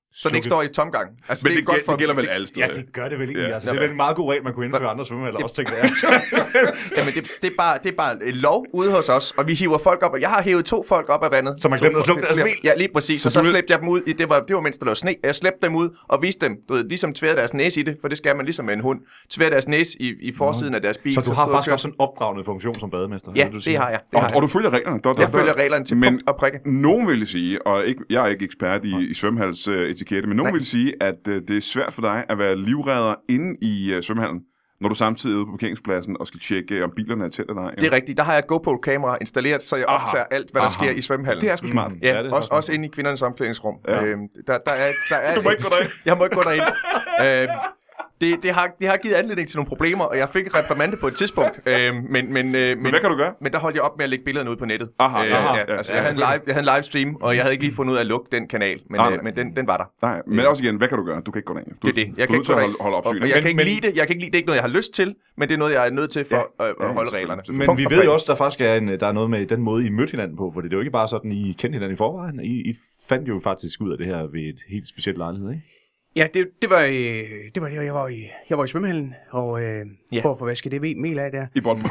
så den ikke står i tomgang. Altså, Men det, er det, godt det, for, det gælder vel alle steder. Ja, det gør det vel ikke. Ja. Ja. Altså, det er vel en meget god regel, man kunne indføre andre svømmehaller også, tænker jeg. Jamen, det, det, er bare, det er bare en lov ude hos os, og vi hiver folk op. Jeg har hævet to folk op af vandet. Så man glemte at slukke deres bil? Ja, lige præcis. Så Så, så du- slæbte jeg dem ud. I, det, var, det var mens der lå sne. Jeg slæbte dem ud og viste dem, du ved, ligesom tvære deres næse i det, for det skal man ligesom med en hund. Tvære deres næse i, i forsiden af deres bil. Så du har stod faktisk og også en opdragende funktion som bademester? Ja, vil du det sige? har jeg. Det Og, har og jeg. du følger reglerne? Der, der, Jeg følger reglerne til men punkt og prikke. nogen vil sige, og ikke, jeg er ikke ekspert i, i svømmehalsetikette, men nogen Nej. vil sige, at uh, det er svært for dig at være livredder inde i uh, svømmehallen, når du samtidig er ude på parkeringspladsen og skal tjekke, om bilerne er tæt eller ej. Det er rigtigt. Der har jeg et GoPro-kamera installeret, så jeg Aha. optager alt, hvad der Aha. sker i svømmehallen. Det er sgu smart. Mm. Ja, Ja, det er også, smart. også inde i kvindernes omklædningsrum. Ja. Øhm, der, der er, der er Du må ikke gå derind. Jeg må ikke gå derind. øhm, det, det, har, det har givet anledning til nogle problemer, og jeg fik et reprimande på et tidspunkt. Øhm, men, men, øh, men, Men hvad kan du gøre? men der holdt jeg op med at lægge billederne ud på nettet. Aha, Øh, aha, ja, ja, altså, ja, jeg, havde en live, jeg havde en livestream, og jeg havde ikke lige fundet ud af at lukke den kanal, men, Nej, øh, nej. men den, den var der. Nej, men også igen, hvad kan du gøre? Du kan ikke gå derind. Du, Det er det. Jeg du kan er nødt ikke til gå at derind. holde, holde Og, opsyn. og jeg ikke? kan ikke lide det. Jeg kan ikke lide det. Det er ikke noget, jeg har lyst til, men det er noget, jeg er nødt til for Ja, at, ja, at holde selvfølgelig, reglerne. selvfølgelig. Men Punkt vi og ved jo prikke. også, der faktisk er, en, der er noget med den måde, I mødte hinanden på, for det er jo ikke bare sådan, I kendte hinanden i forvejen. I, I fandt jo faktisk ud af det her ved et helt specielt lejlighed, ikke? Ja, det, det var øh, det var det, jeg var i, jeg var i svømmehallen, og øh, Ja. for at få vasket det mel af der. I Bolden.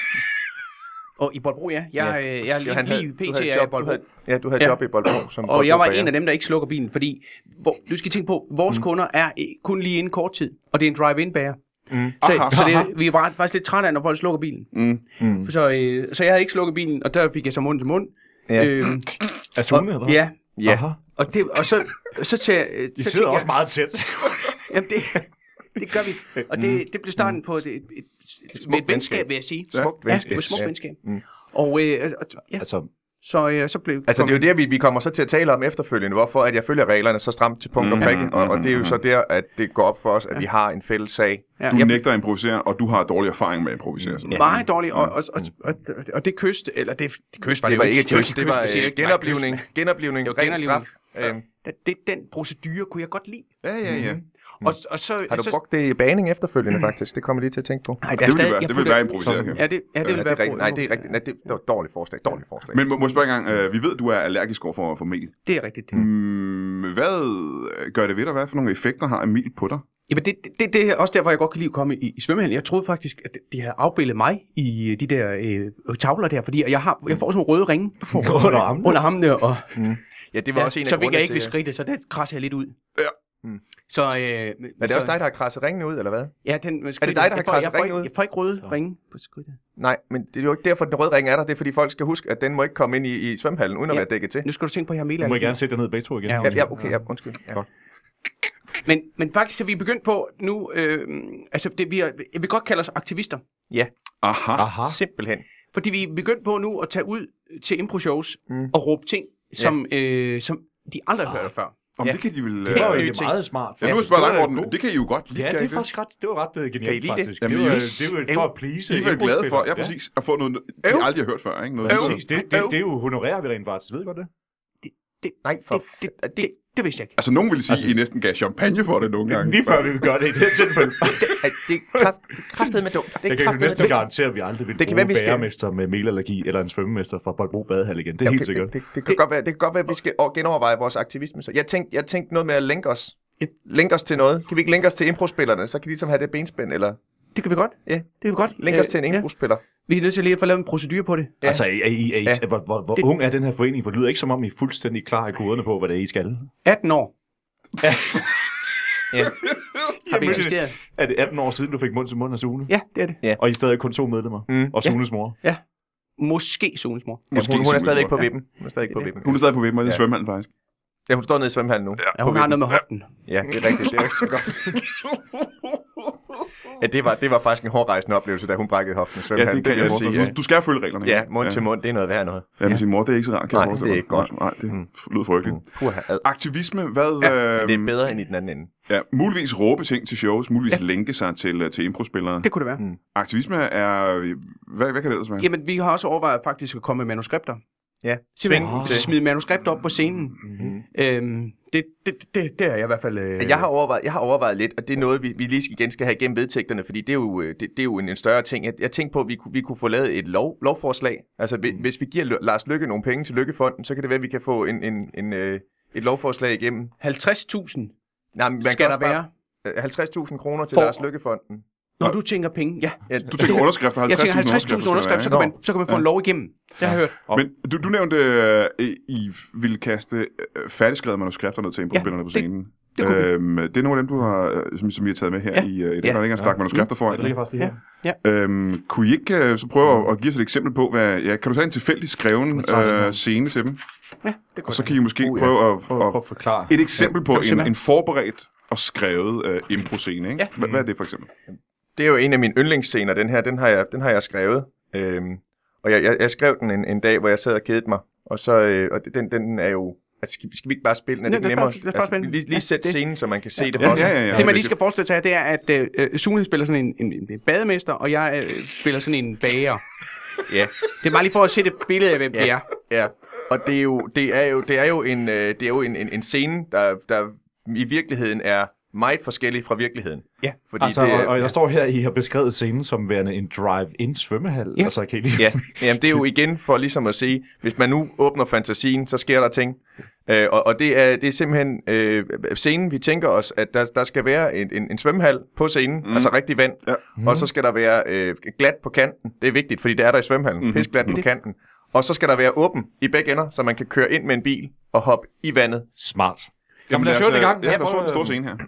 Og i Boldbro, ja. Jeg, øh, jeg er lige, Han havde- lige du P T havde er i job- du Boldbro. havde- Ja, du havde Ja. job i Boldbro. Som Og jeg var Boldbro-bager. en af dem, der ikke slukker bilen, fordi hvor, du skal tænke på, vores mm. kunder er øh, kun lige inden kort tid, og det er en drive-in-bager. Mm. Så, Aha. så det, vi var faktisk lidt trætte af, når folk slukker bilen. Mm. Mm. Så, øh, så jeg havde ikke slukket bilen, og der fik jeg så mund til mund. Ja. Øhm, Er Sune, eller? ja, Ja. Aha. og, det, og så, så, til, øh, I så sidder tænkte også jeg, meget tæt. jamen det, det gør vi. Og det, det blev starten på et, et, et, et, smukt et venskab, vil jeg sige. Smukt Ja, venskab. et smukt Ja. venskab. Mm. Og, øh, og ja, Altså, så, øh, så blev Altså, kom- det er jo det, vi, vi kommer så til at tale om efterfølgende, hvorfor at jeg følger reglerne så stramt til punkt og Mhm, prikke, og, og mhm, det er jo så der, at det går op for os, at vi har en fælles sag. ja, Du jeg, nægter at improvisere, og du har dårlig erfaring med at improvisere. sådan. meget dårligt, og, og, og, og, og det kyst, eller det, det kyst var det, Det var jo ikke et det var kyst, det var kyst, øh, det var genoplivning, kyst. genoplivning, Det var ren straf. genoplivning. Øhm, Det, det, den procedure kunne jeg godt lide. Ja, ja, ja. Og, og så, Har du så, brugt det i baning efterfølgende, faktisk? Det kommer jeg lige til at tænke på. Nej, der Det er vil stadig, det være. jeg Det vil putter- være improviseret. Ja, det, ja, det Ja, vil det være er rigtigt. Nej, det er rigtigt. Nej, det var et dårligt forslag. Dårligt forslag. Men må, må jeg spørge en gang, øh, vi ved, du er allergisk over for, for mel. Det er rigtigt. Mm, hvad gør det ved dig? Hvad for nogle effekter har mel på dig? Jamen, det, det, det er også derfor, jeg godt kan lide at komme i, i svømmehallen. Jeg troede faktisk, at de havde afbildet mig i de der øh, tavler der, fordi jeg, har, jeg får sådan nogle røde ringe under armen. under ham der, og Ja, det var ja, også en af så fik grundene jeg ikke ved til- skridtet, så det krasser jeg lidt ud. Ja. Mm. Så, øh, Er det også dig, der har krasset ringene ud, eller hvad? Ja, den, Er det dig, der har jeg får, kradset jeg får, ringen ikke, ud? jeg får ikke røde ringe på skridtet. Nej, men det er jo ikke derfor, at den røde ring er der. Det er, fordi folk skal huske, at den må ikke komme ind i, i svømmehallen, uden at Ja. være dækket til. Nu skal du tænke på, at jeg har Du mel. må gerne sætte dig ned begge to igen. Ja, Ja, ja okay, ja, undskyld. Ja. Godt. Men, men faktisk så er vi begyndt på nu, øh, altså det, vi er, jeg vil godt kalde os aktivister. Aha. Aha. Simpelthen. Fordi vi er begyndt på nu at tage ud til impro-shows Mm. og råbe ting, som, øh, som de aldrig har hørt før. Om Ja. det kan de vel... Det var jo Øh, egentlig meget smart. ja, nu er faktisk. spørger dig, Det var Morten. god. Det kan I jo godt lide. Ja, kan det I er faktisk ret, det var ret uh, Kan I genialt, lide det? faktisk. Jamen, det, var, yes. det var for at please. I er vel glade for, ja improspillere. præcis, at få noget, de Øv. aldrig har hørt før, ikke? Noget Ja, nyt. præcis. Det, det, det er jo honorerer vi rent faktisk. Ved I godt det? Det, Nej, for det, det, det, det, det vidste jeg ikke. Altså, nogen vil sige, Altså- at I næsten gav champagne for det nogle gange. Lige før vi vil gøre det i det her tilfælde. Ej, det er kraft, det er kraftet med dumt. Det er Jeg kan jo kraftet næsten med dumt. garantere, at vi aldrig vil Det kan bruge være, vi skal- bagermester med melallergi eller en svømmemester fra Boldbro Badehal igen. Det er Ja, helt okay, sikkert. Det, det, det, kan godt være, det kan godt være, at vi skal o- genoverveje vores aktivisme. Så jeg tænkte, jeg tænkte noget med at linke os. Linke os til noget. Kan vi ikke linke os til improspillerne? Så kan de ligesom have det benspænd, eller Det kan vi godt. Ja. Det kan vi godt. linke os til en Øh, ja. improspiller. Vi er nødt til lige at få lavet en procedure på det. Ja. Altså, er I, er I, er I, Ja. hvor, hvor, hvor Det- ung er den her forening? For det lyder ikke som om, I er fuldstændig klar i koderne på, hvad det er, I skal. atten år Ja. har vi eksisteret. Er det atten år siden, du fik mund til mund af Sune? Ja, det er det. Ja. Og I er stadig kun to medlemmer? Mm. Og Sunes mor? Måske Sones mor. Ja, Måske hun, hun er Sunes stadig mor. på Ja. vippen. Hun er stadig på Det er vippen. Hun er stadig på vippen, og det er Ja. svømmehallen faktisk. Ja, hun står nede i svømmehallen nu. Ja, hun har noget med hoften. Ja, det er rigtigt. Det er ikke så godt. Ja, det var, det var faktisk en hårdrejsende oplevelse, da hun brækkede hoften i Ja, svømmehallen. det kan jeg må sige. sige. Du, du skal følge reglerne. Ja, mund til mund, det er noget værd noget. Ja, men sin mor, det er ikke så rart, kan Nej, jeg forestille det er mig. ikke godt. Nej, det Mm. lyder frygteligt. Puha, ad. Aktivisme, hvad... Ja, øh, Det er bedre end i den anden ende. Ja, muligvis råbe ting til shows, muligvis lænke sig til, øh, til improspillere. Det kunne det være. Mm. Aktivisme er... Hvad, hvad kan det ellers være? Jamen, vi har også overvejet faktisk at komme med manuskripter. Ja, Simpelthen sving til. Smide manuskripter op på scenen. Mm. Øhm, det, det, det, det er jeg i hvert fald... Øh, Jeg har overvejet, jeg har overvejet lidt, og det er noget, vi, vi lige skal, igen skal have igennem vedtægterne, fordi det er jo, det, det er jo en, en større ting. Jeg, jeg tænkte på, at vi, kunne- vi kunne få lavet et lov, lovforslag. Altså, mm. hvis vi giver Lø- Lars Lykke nogle penge til Lykkefonden, så kan det være, at vi kan få en, en, en, øh, et lovforslag igennem. halvtreds tusind Nej, men man skal kan der også bare- være. halvtreds tusind kroner til For- Lars Løkkefonden. Når du tænker penge, ja. Ja, Du tænker underskrifter, Jeg tænker halvtreds halvtreds tusind underskrifter, så kan man, så kan man få en lov igennem. Det har jeg hørt. Men du, du nævnte, at I ville kaste øh, færdigskrevede manuskripter ned til improspillerne Ja, på det- scenen. det kunne vi. øhm, det er nogle af dem, du har, øh, som, som I har taget med her Ja. i, øh, i den, Ja. der ligger en stak manuskripter foran. Det ligger faktisk lige her. Øhm, kunne I ikke øh, så prøve at, at give os et eksempel på, hvad, ja, kan du tage en tilfældig skreven tager den øh, her. scene til dem? Ja, det Og så kan I måske Uh, ja. prøve at, Prøv, prøv at, at forklare. et eksempel på Kan du se en, med? en forberedt og skrevet øh, impro-scene. Ikke? Ja. Hvad, hvad er det for eksempel? Det er jo en af mine yndlingsscener, den her. Den har jeg, den har jeg skrevet. Øhm, og jeg, jeg, jeg skrev den en, en dag, hvor jeg sad og kedede mig. Og, så, øh, og den, den er jo... Altså, skal, skal vi ikke bare spille den? Er Ja, det lad os nemmere? bare- lad os bare Altså, spille. lige lige Ja, sætte det- scenen, så man kan se det Ja, for sig. ja, ja, ja. Det, man lige skal forestille sig, det er, at øh, Sune spiller sådan en, en, en bademester, og jeg øh, spiller sådan en bager. Ja. Det er bare lige for at se det billede af, hvem Ja. det er. Ja, og det er jo, det er jo, det er jo en, øh, det er jo en, en, en scene, der, der i virkeligheden er meget forskellig fra virkeligheden. Ja. Fordi Altså, det, og, og jeg står her, I har beskrevet scenen som værende en drive-in svømmehal. Ja. Altså, kan I lige... Ja, jamen, det er jo igen for ligesom at sige, hvis man nu åbner fantasien, så sker der ting. Øh, og, og det er, det er simpelthen øh, scenen, vi tænker os, at der, der skal være en, en, en svømmehal på scenen, mm. altså rigtig vand, Ja. mm. og så skal der være øh, glat på kanten. Det er vigtigt, fordi det er der i svømmehallen. Mhm. Mm. Pisglat på kanten. Og så skal der være åben i begge ender, så man kan køre ind med en bil og hoppe i vandet. Smart. Jamen lad os høre det i gang. Jeg Ja, skal få prøv den at- store scene her.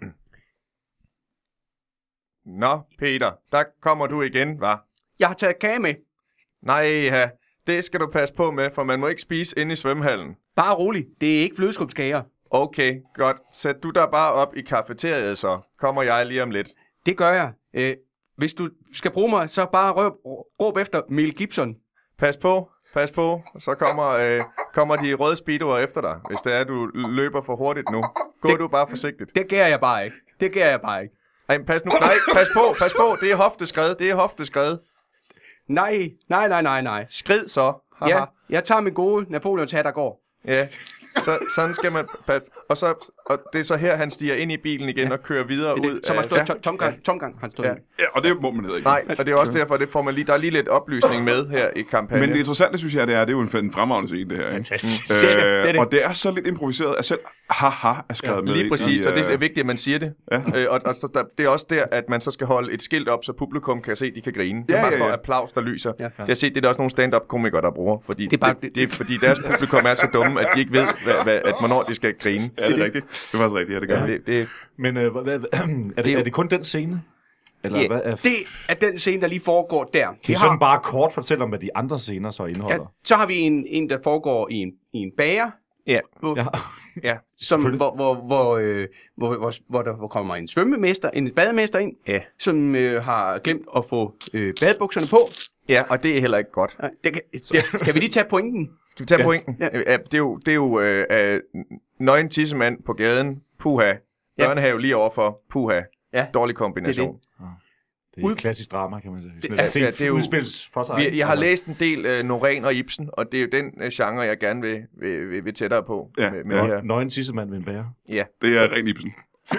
Nå, Peter, der kommer du igen, hva'? Jeg har taget kage med. Nej, ja, det skal du passe på med, for man må ikke spise inde i svømmehallen. Bare rolig. Det er ikke flødeskumskager. Okay, godt. Sæt du dig bare op i kafeteriet, så kommer jeg lige om lidt. Det gør jeg. Øh, hvis du skal bruge mig, så bare råb, råb efter Mel Gibson. Pas på, pas på. Så kommer, øh, kommer de røde speedoer efter dig, hvis det er, du løber for hurtigt nu. Gå Det- du bare forsigtigt. Det gærer jeg bare ikke. Det gærer jeg bare ikke. Ej, men pas nu. Nej, pas på, pas på. Det er hofteskred, det er hofteskred. Nej, nej, nej, nej, nej. Skrid så. Haha. Ja, jeg tager min gode Napoleons hat, der går. Ja. Så, sådan skal man... Og, så, og det er så her, han stiger ind i bilen igen og kører videre Det er ud det, som har af... stået ja. tomgang, tomgang, han stod Ja. ja. Ja, og det må man heller ikke. Nej, og det er også derfor, det får man lige... Der er lige lidt oplysning med her i kampagnen. Men det interessante, synes jeg, det er, det er jo en, en fremragende scene, det her. Ikke? Fantastisk. Øh, Det er det. Og det er så lidt improviseret, at selv haha er skrevet Ja, med. Lige ind præcis, i, så det øh, er vigtigt, at man siger det. Ja. Øh, og og så der, det er også der, at man så skal holde et skilt op, så publikum kan se, at de kan grine. Så Ja, bare ja, står ja. applaus, der lyser. Ja. Ja. Jeg har set, det er der også nogle stand-up-komikere, der bruger. Fordi Det er bare- det, det er, fordi deres publikum er så dumme, at de ikke ved, hvad, hvad, at hvornår de skal grine. Ja, det er rigtigt. Det er faktisk rigtigt, ja, det gør Ja, det. det, det, Men øh, hvad, hvad, er, det, jo- er det kun den scene? Eller Ja, hvad er... det er den scene, der lige foregår der. Kan Vi I sådan bare kort fortælle om, hvad de andre scener så ja, indeholder? så har vi en, en der foregår i en, i en bager, ja, hvor, Ja. ja, som, selvfølgelig. hvor, hvor, hvor, øh, hvor, hvor, hvor der hvor kommer en svømmemester, en bademester ind, ja. som øh, har glemt at få øh, badebukserne på. Ja, og det er heller ikke godt. Nej, det kan, det, kan vi lige tage pointen? Skal vi tage Ja. pointen? Ja. Ja. Det er jo, det er jo øh, øh, nøgen tissemand på gaden, puha. Ja. Børnehave lige overfor, puha. Ja. Dårlig kombination. Det er et klassisk drama, kan man sige. Det- Det, ja, ja, det er jo- udspilles for sig. Vi, jeg har Altså, læst en del øh, Norén og Ibsen, og det er jo den øh, genre, jeg gerne vil, vil, vil, vil tættere på. Ja, med, med ja. det her. Nøgen tissemand med en bære. Ja. Det er rent Ibsen.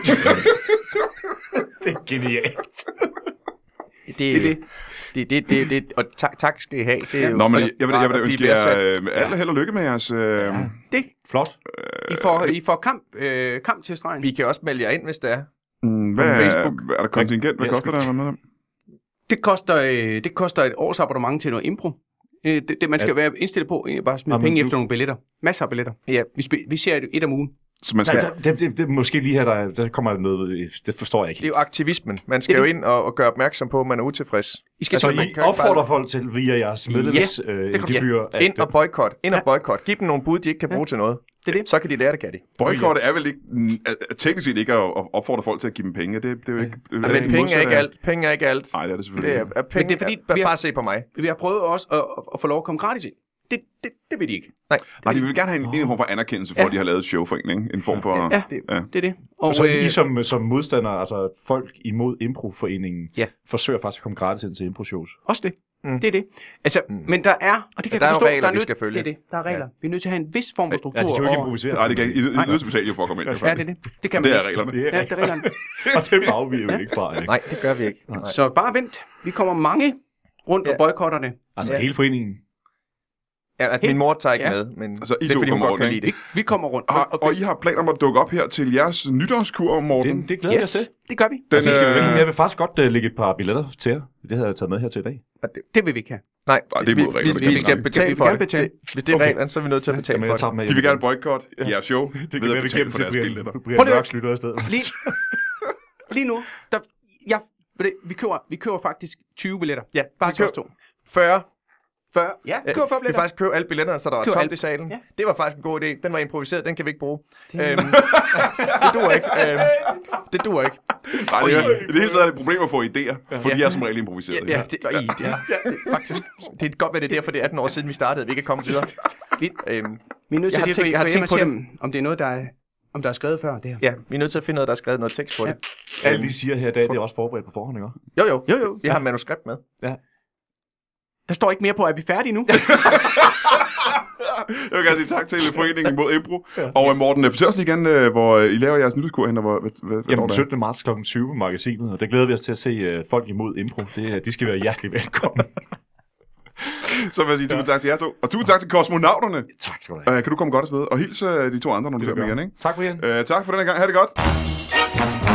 Det er genialt. Det, det, det, det, det, det, det, og tak, tak skal I have. Det er jo Nå, men også jeg vil, jeg vil rart at ønske blive værdsat. jer øh, alt held og lykke med jeres... Øh, Det. Flot. I får, I får kamp, øh, kamp til stregen. Vi kan også melde jer ind, hvis det er. mm, hvad På er, Facebook. er der kontingent? Hvad Ja, koster det at være med? Det koster, øh, det koster et års abonnement til noget impro. Øh, det, det, man skal Ja. være indstillet på, egentlig bare smide Jamen, penge du- efter nogle billetter. Masser af billetter. Ja. Vi, sp- vi ser et, et om ugen. Så man Nej, skal... det, det, det, det er måske lige her, der, der kommer noget... Det forstår jeg ikke Det er helt. jo aktivismen. Man skal Det er jo ind og, og gøre opmærksom på, at man er utilfreds. I skal Så altså, man I kan jo ikke opfordrer folk til via jeres medlems Ja, øh, det kan du- gebyr, at, Ind og boykot. Ind og Ja. boykot. Giv dem nogle bud, de ikke kan bruge til noget. Det er det. Så kan de lære det, kan de. Boykot er vel ikke... mm, er- er teknisk set ikke at at opfordre folk til at give dem penge. Det, det er jo ikke... Det, Men penge er ikke alt. Penge er ikke alt. Nej, det er det selvfølgelig Det er, ikke. er penge, Men det er fordi, er, vi har- bare se på mig. vi har prøvet også at, at, at få lov at komme gratis ind. Det, det, det vil de ikke. Nej, Nej, de vil gerne have en, en form for anerkendelse for, Ja. at de har lavet et show for en, ikke? En form for... Ja, Ja. det er det. Og, så øh, I som, som modstander, altså folk imod Improforeningen, Ja. forsøger faktisk at komme gratis ind til impro-shows. også det. Mm. Det er det. Altså, Mm. men der er, og det kan der jeg er jo forstå, regler, der er vi nødt- skal følge. Det er det. Der er regler. Ja. Vi er nødt til at have en vis form for Ja, struktur. de kan jo ikke og- improvisere. Nej, det kan I, I, I er nødt til at betale for at komme ind. Ja, det er det. Det kan Det man er ikke. reglerne. Det Ja, er det er reglerne. og det afviger vi ikke fra. Ikke? Nej, det gør vi ikke. Nej. Så bare vent. Vi kommer mange rundt Ja. og boykotter det. Altså Ja. hele foreningen. Ja, at min mor tager ikke ja. med, men Altså, I det er to fordi, hun kommer godt kan rundt, lide ikke? det. Vi kommer rundt. Og, og, og I har planer om at dukke op her til jeres nytårskur, Morten? Det, det glæder Yes, jeg til. det gør vi. Den, Altså, I skal øh, velkommen. Jeg vil faktisk godt uh, lægge et par billetter til jer. Det havde jeg taget med her til i dag. Det vil vi ikke have. Nej, Nej, det er vi, mod reglerne. vi, vi skal Vi betale vil for gerne det. betale. det. Hvis det er Okay. reglerne, så er vi nødt til at betale Jamen, for jeg tager det. med De vil hjem. gerne boykotte jeres show Det ved kan at være, vi betale gennem for til deres bliver, billetter. du bliver Prøv en lige- mørkslytter i stedet. Lige, lige nu, der, jeg, ved det, vi, køber, vi køber faktisk tyve billetter. Ja, Bare vi til os køber to. fyrre. fyrre. Ja, vi køber fyrre Vi billetter. faktisk købe alle billetterne, så der var Køb tomt alle. i salen. Ja. Det var faktisk en god idé. Den var improviseret, den kan vi ikke bruge. Øhm, det duer ikke. Øhm, det duer ikke. Nej, det, er, i det hele taget er det et problem at få idéer, for de er som regel improviseret. Ja, det, ja, det, ja, det, faktisk. Det er godt være, det er derfor, det er atten år siden, vi startede. Vi kan komme videre. Vi, Øhm, vi er nødt Jeg har til tænkt- at jeg har gå hjem og tænkt på se, om, om det er noget, der er, om der er skrevet før det her. ja, vi er nødt til at finde noget, der er skrevet noget tekst på det. Alt, I siger her i dag, det er også forberedt på forhånd, ikke? Jo, jo, jo, jo. Vi har manuskript med. Der står ikke mere på, at vi er færdige nu. Jeg vil gerne sige tak til Foreningen mod Impro. Og øh, Morten, fortæl os lige igen, øh, hvor øh, I laver jeres nytårskur hen, og hvor, hvad, hvad, hvad Jamen, der syttende marts klokken tyve på magasinet, og det glæder vi os til at se uh, folk imod impro. Det, de skal være hjertelig velkommen. Så vil jeg sige tusind tak til jer to. Og tusind tak til kosmonauterne. Tak skal du have. Uh, kan du komme godt afsted? Og hils uh, de to andre, når du ser dem igen, ikke? Tak for igen. Uh, tak for denne gang. Ha' det godt.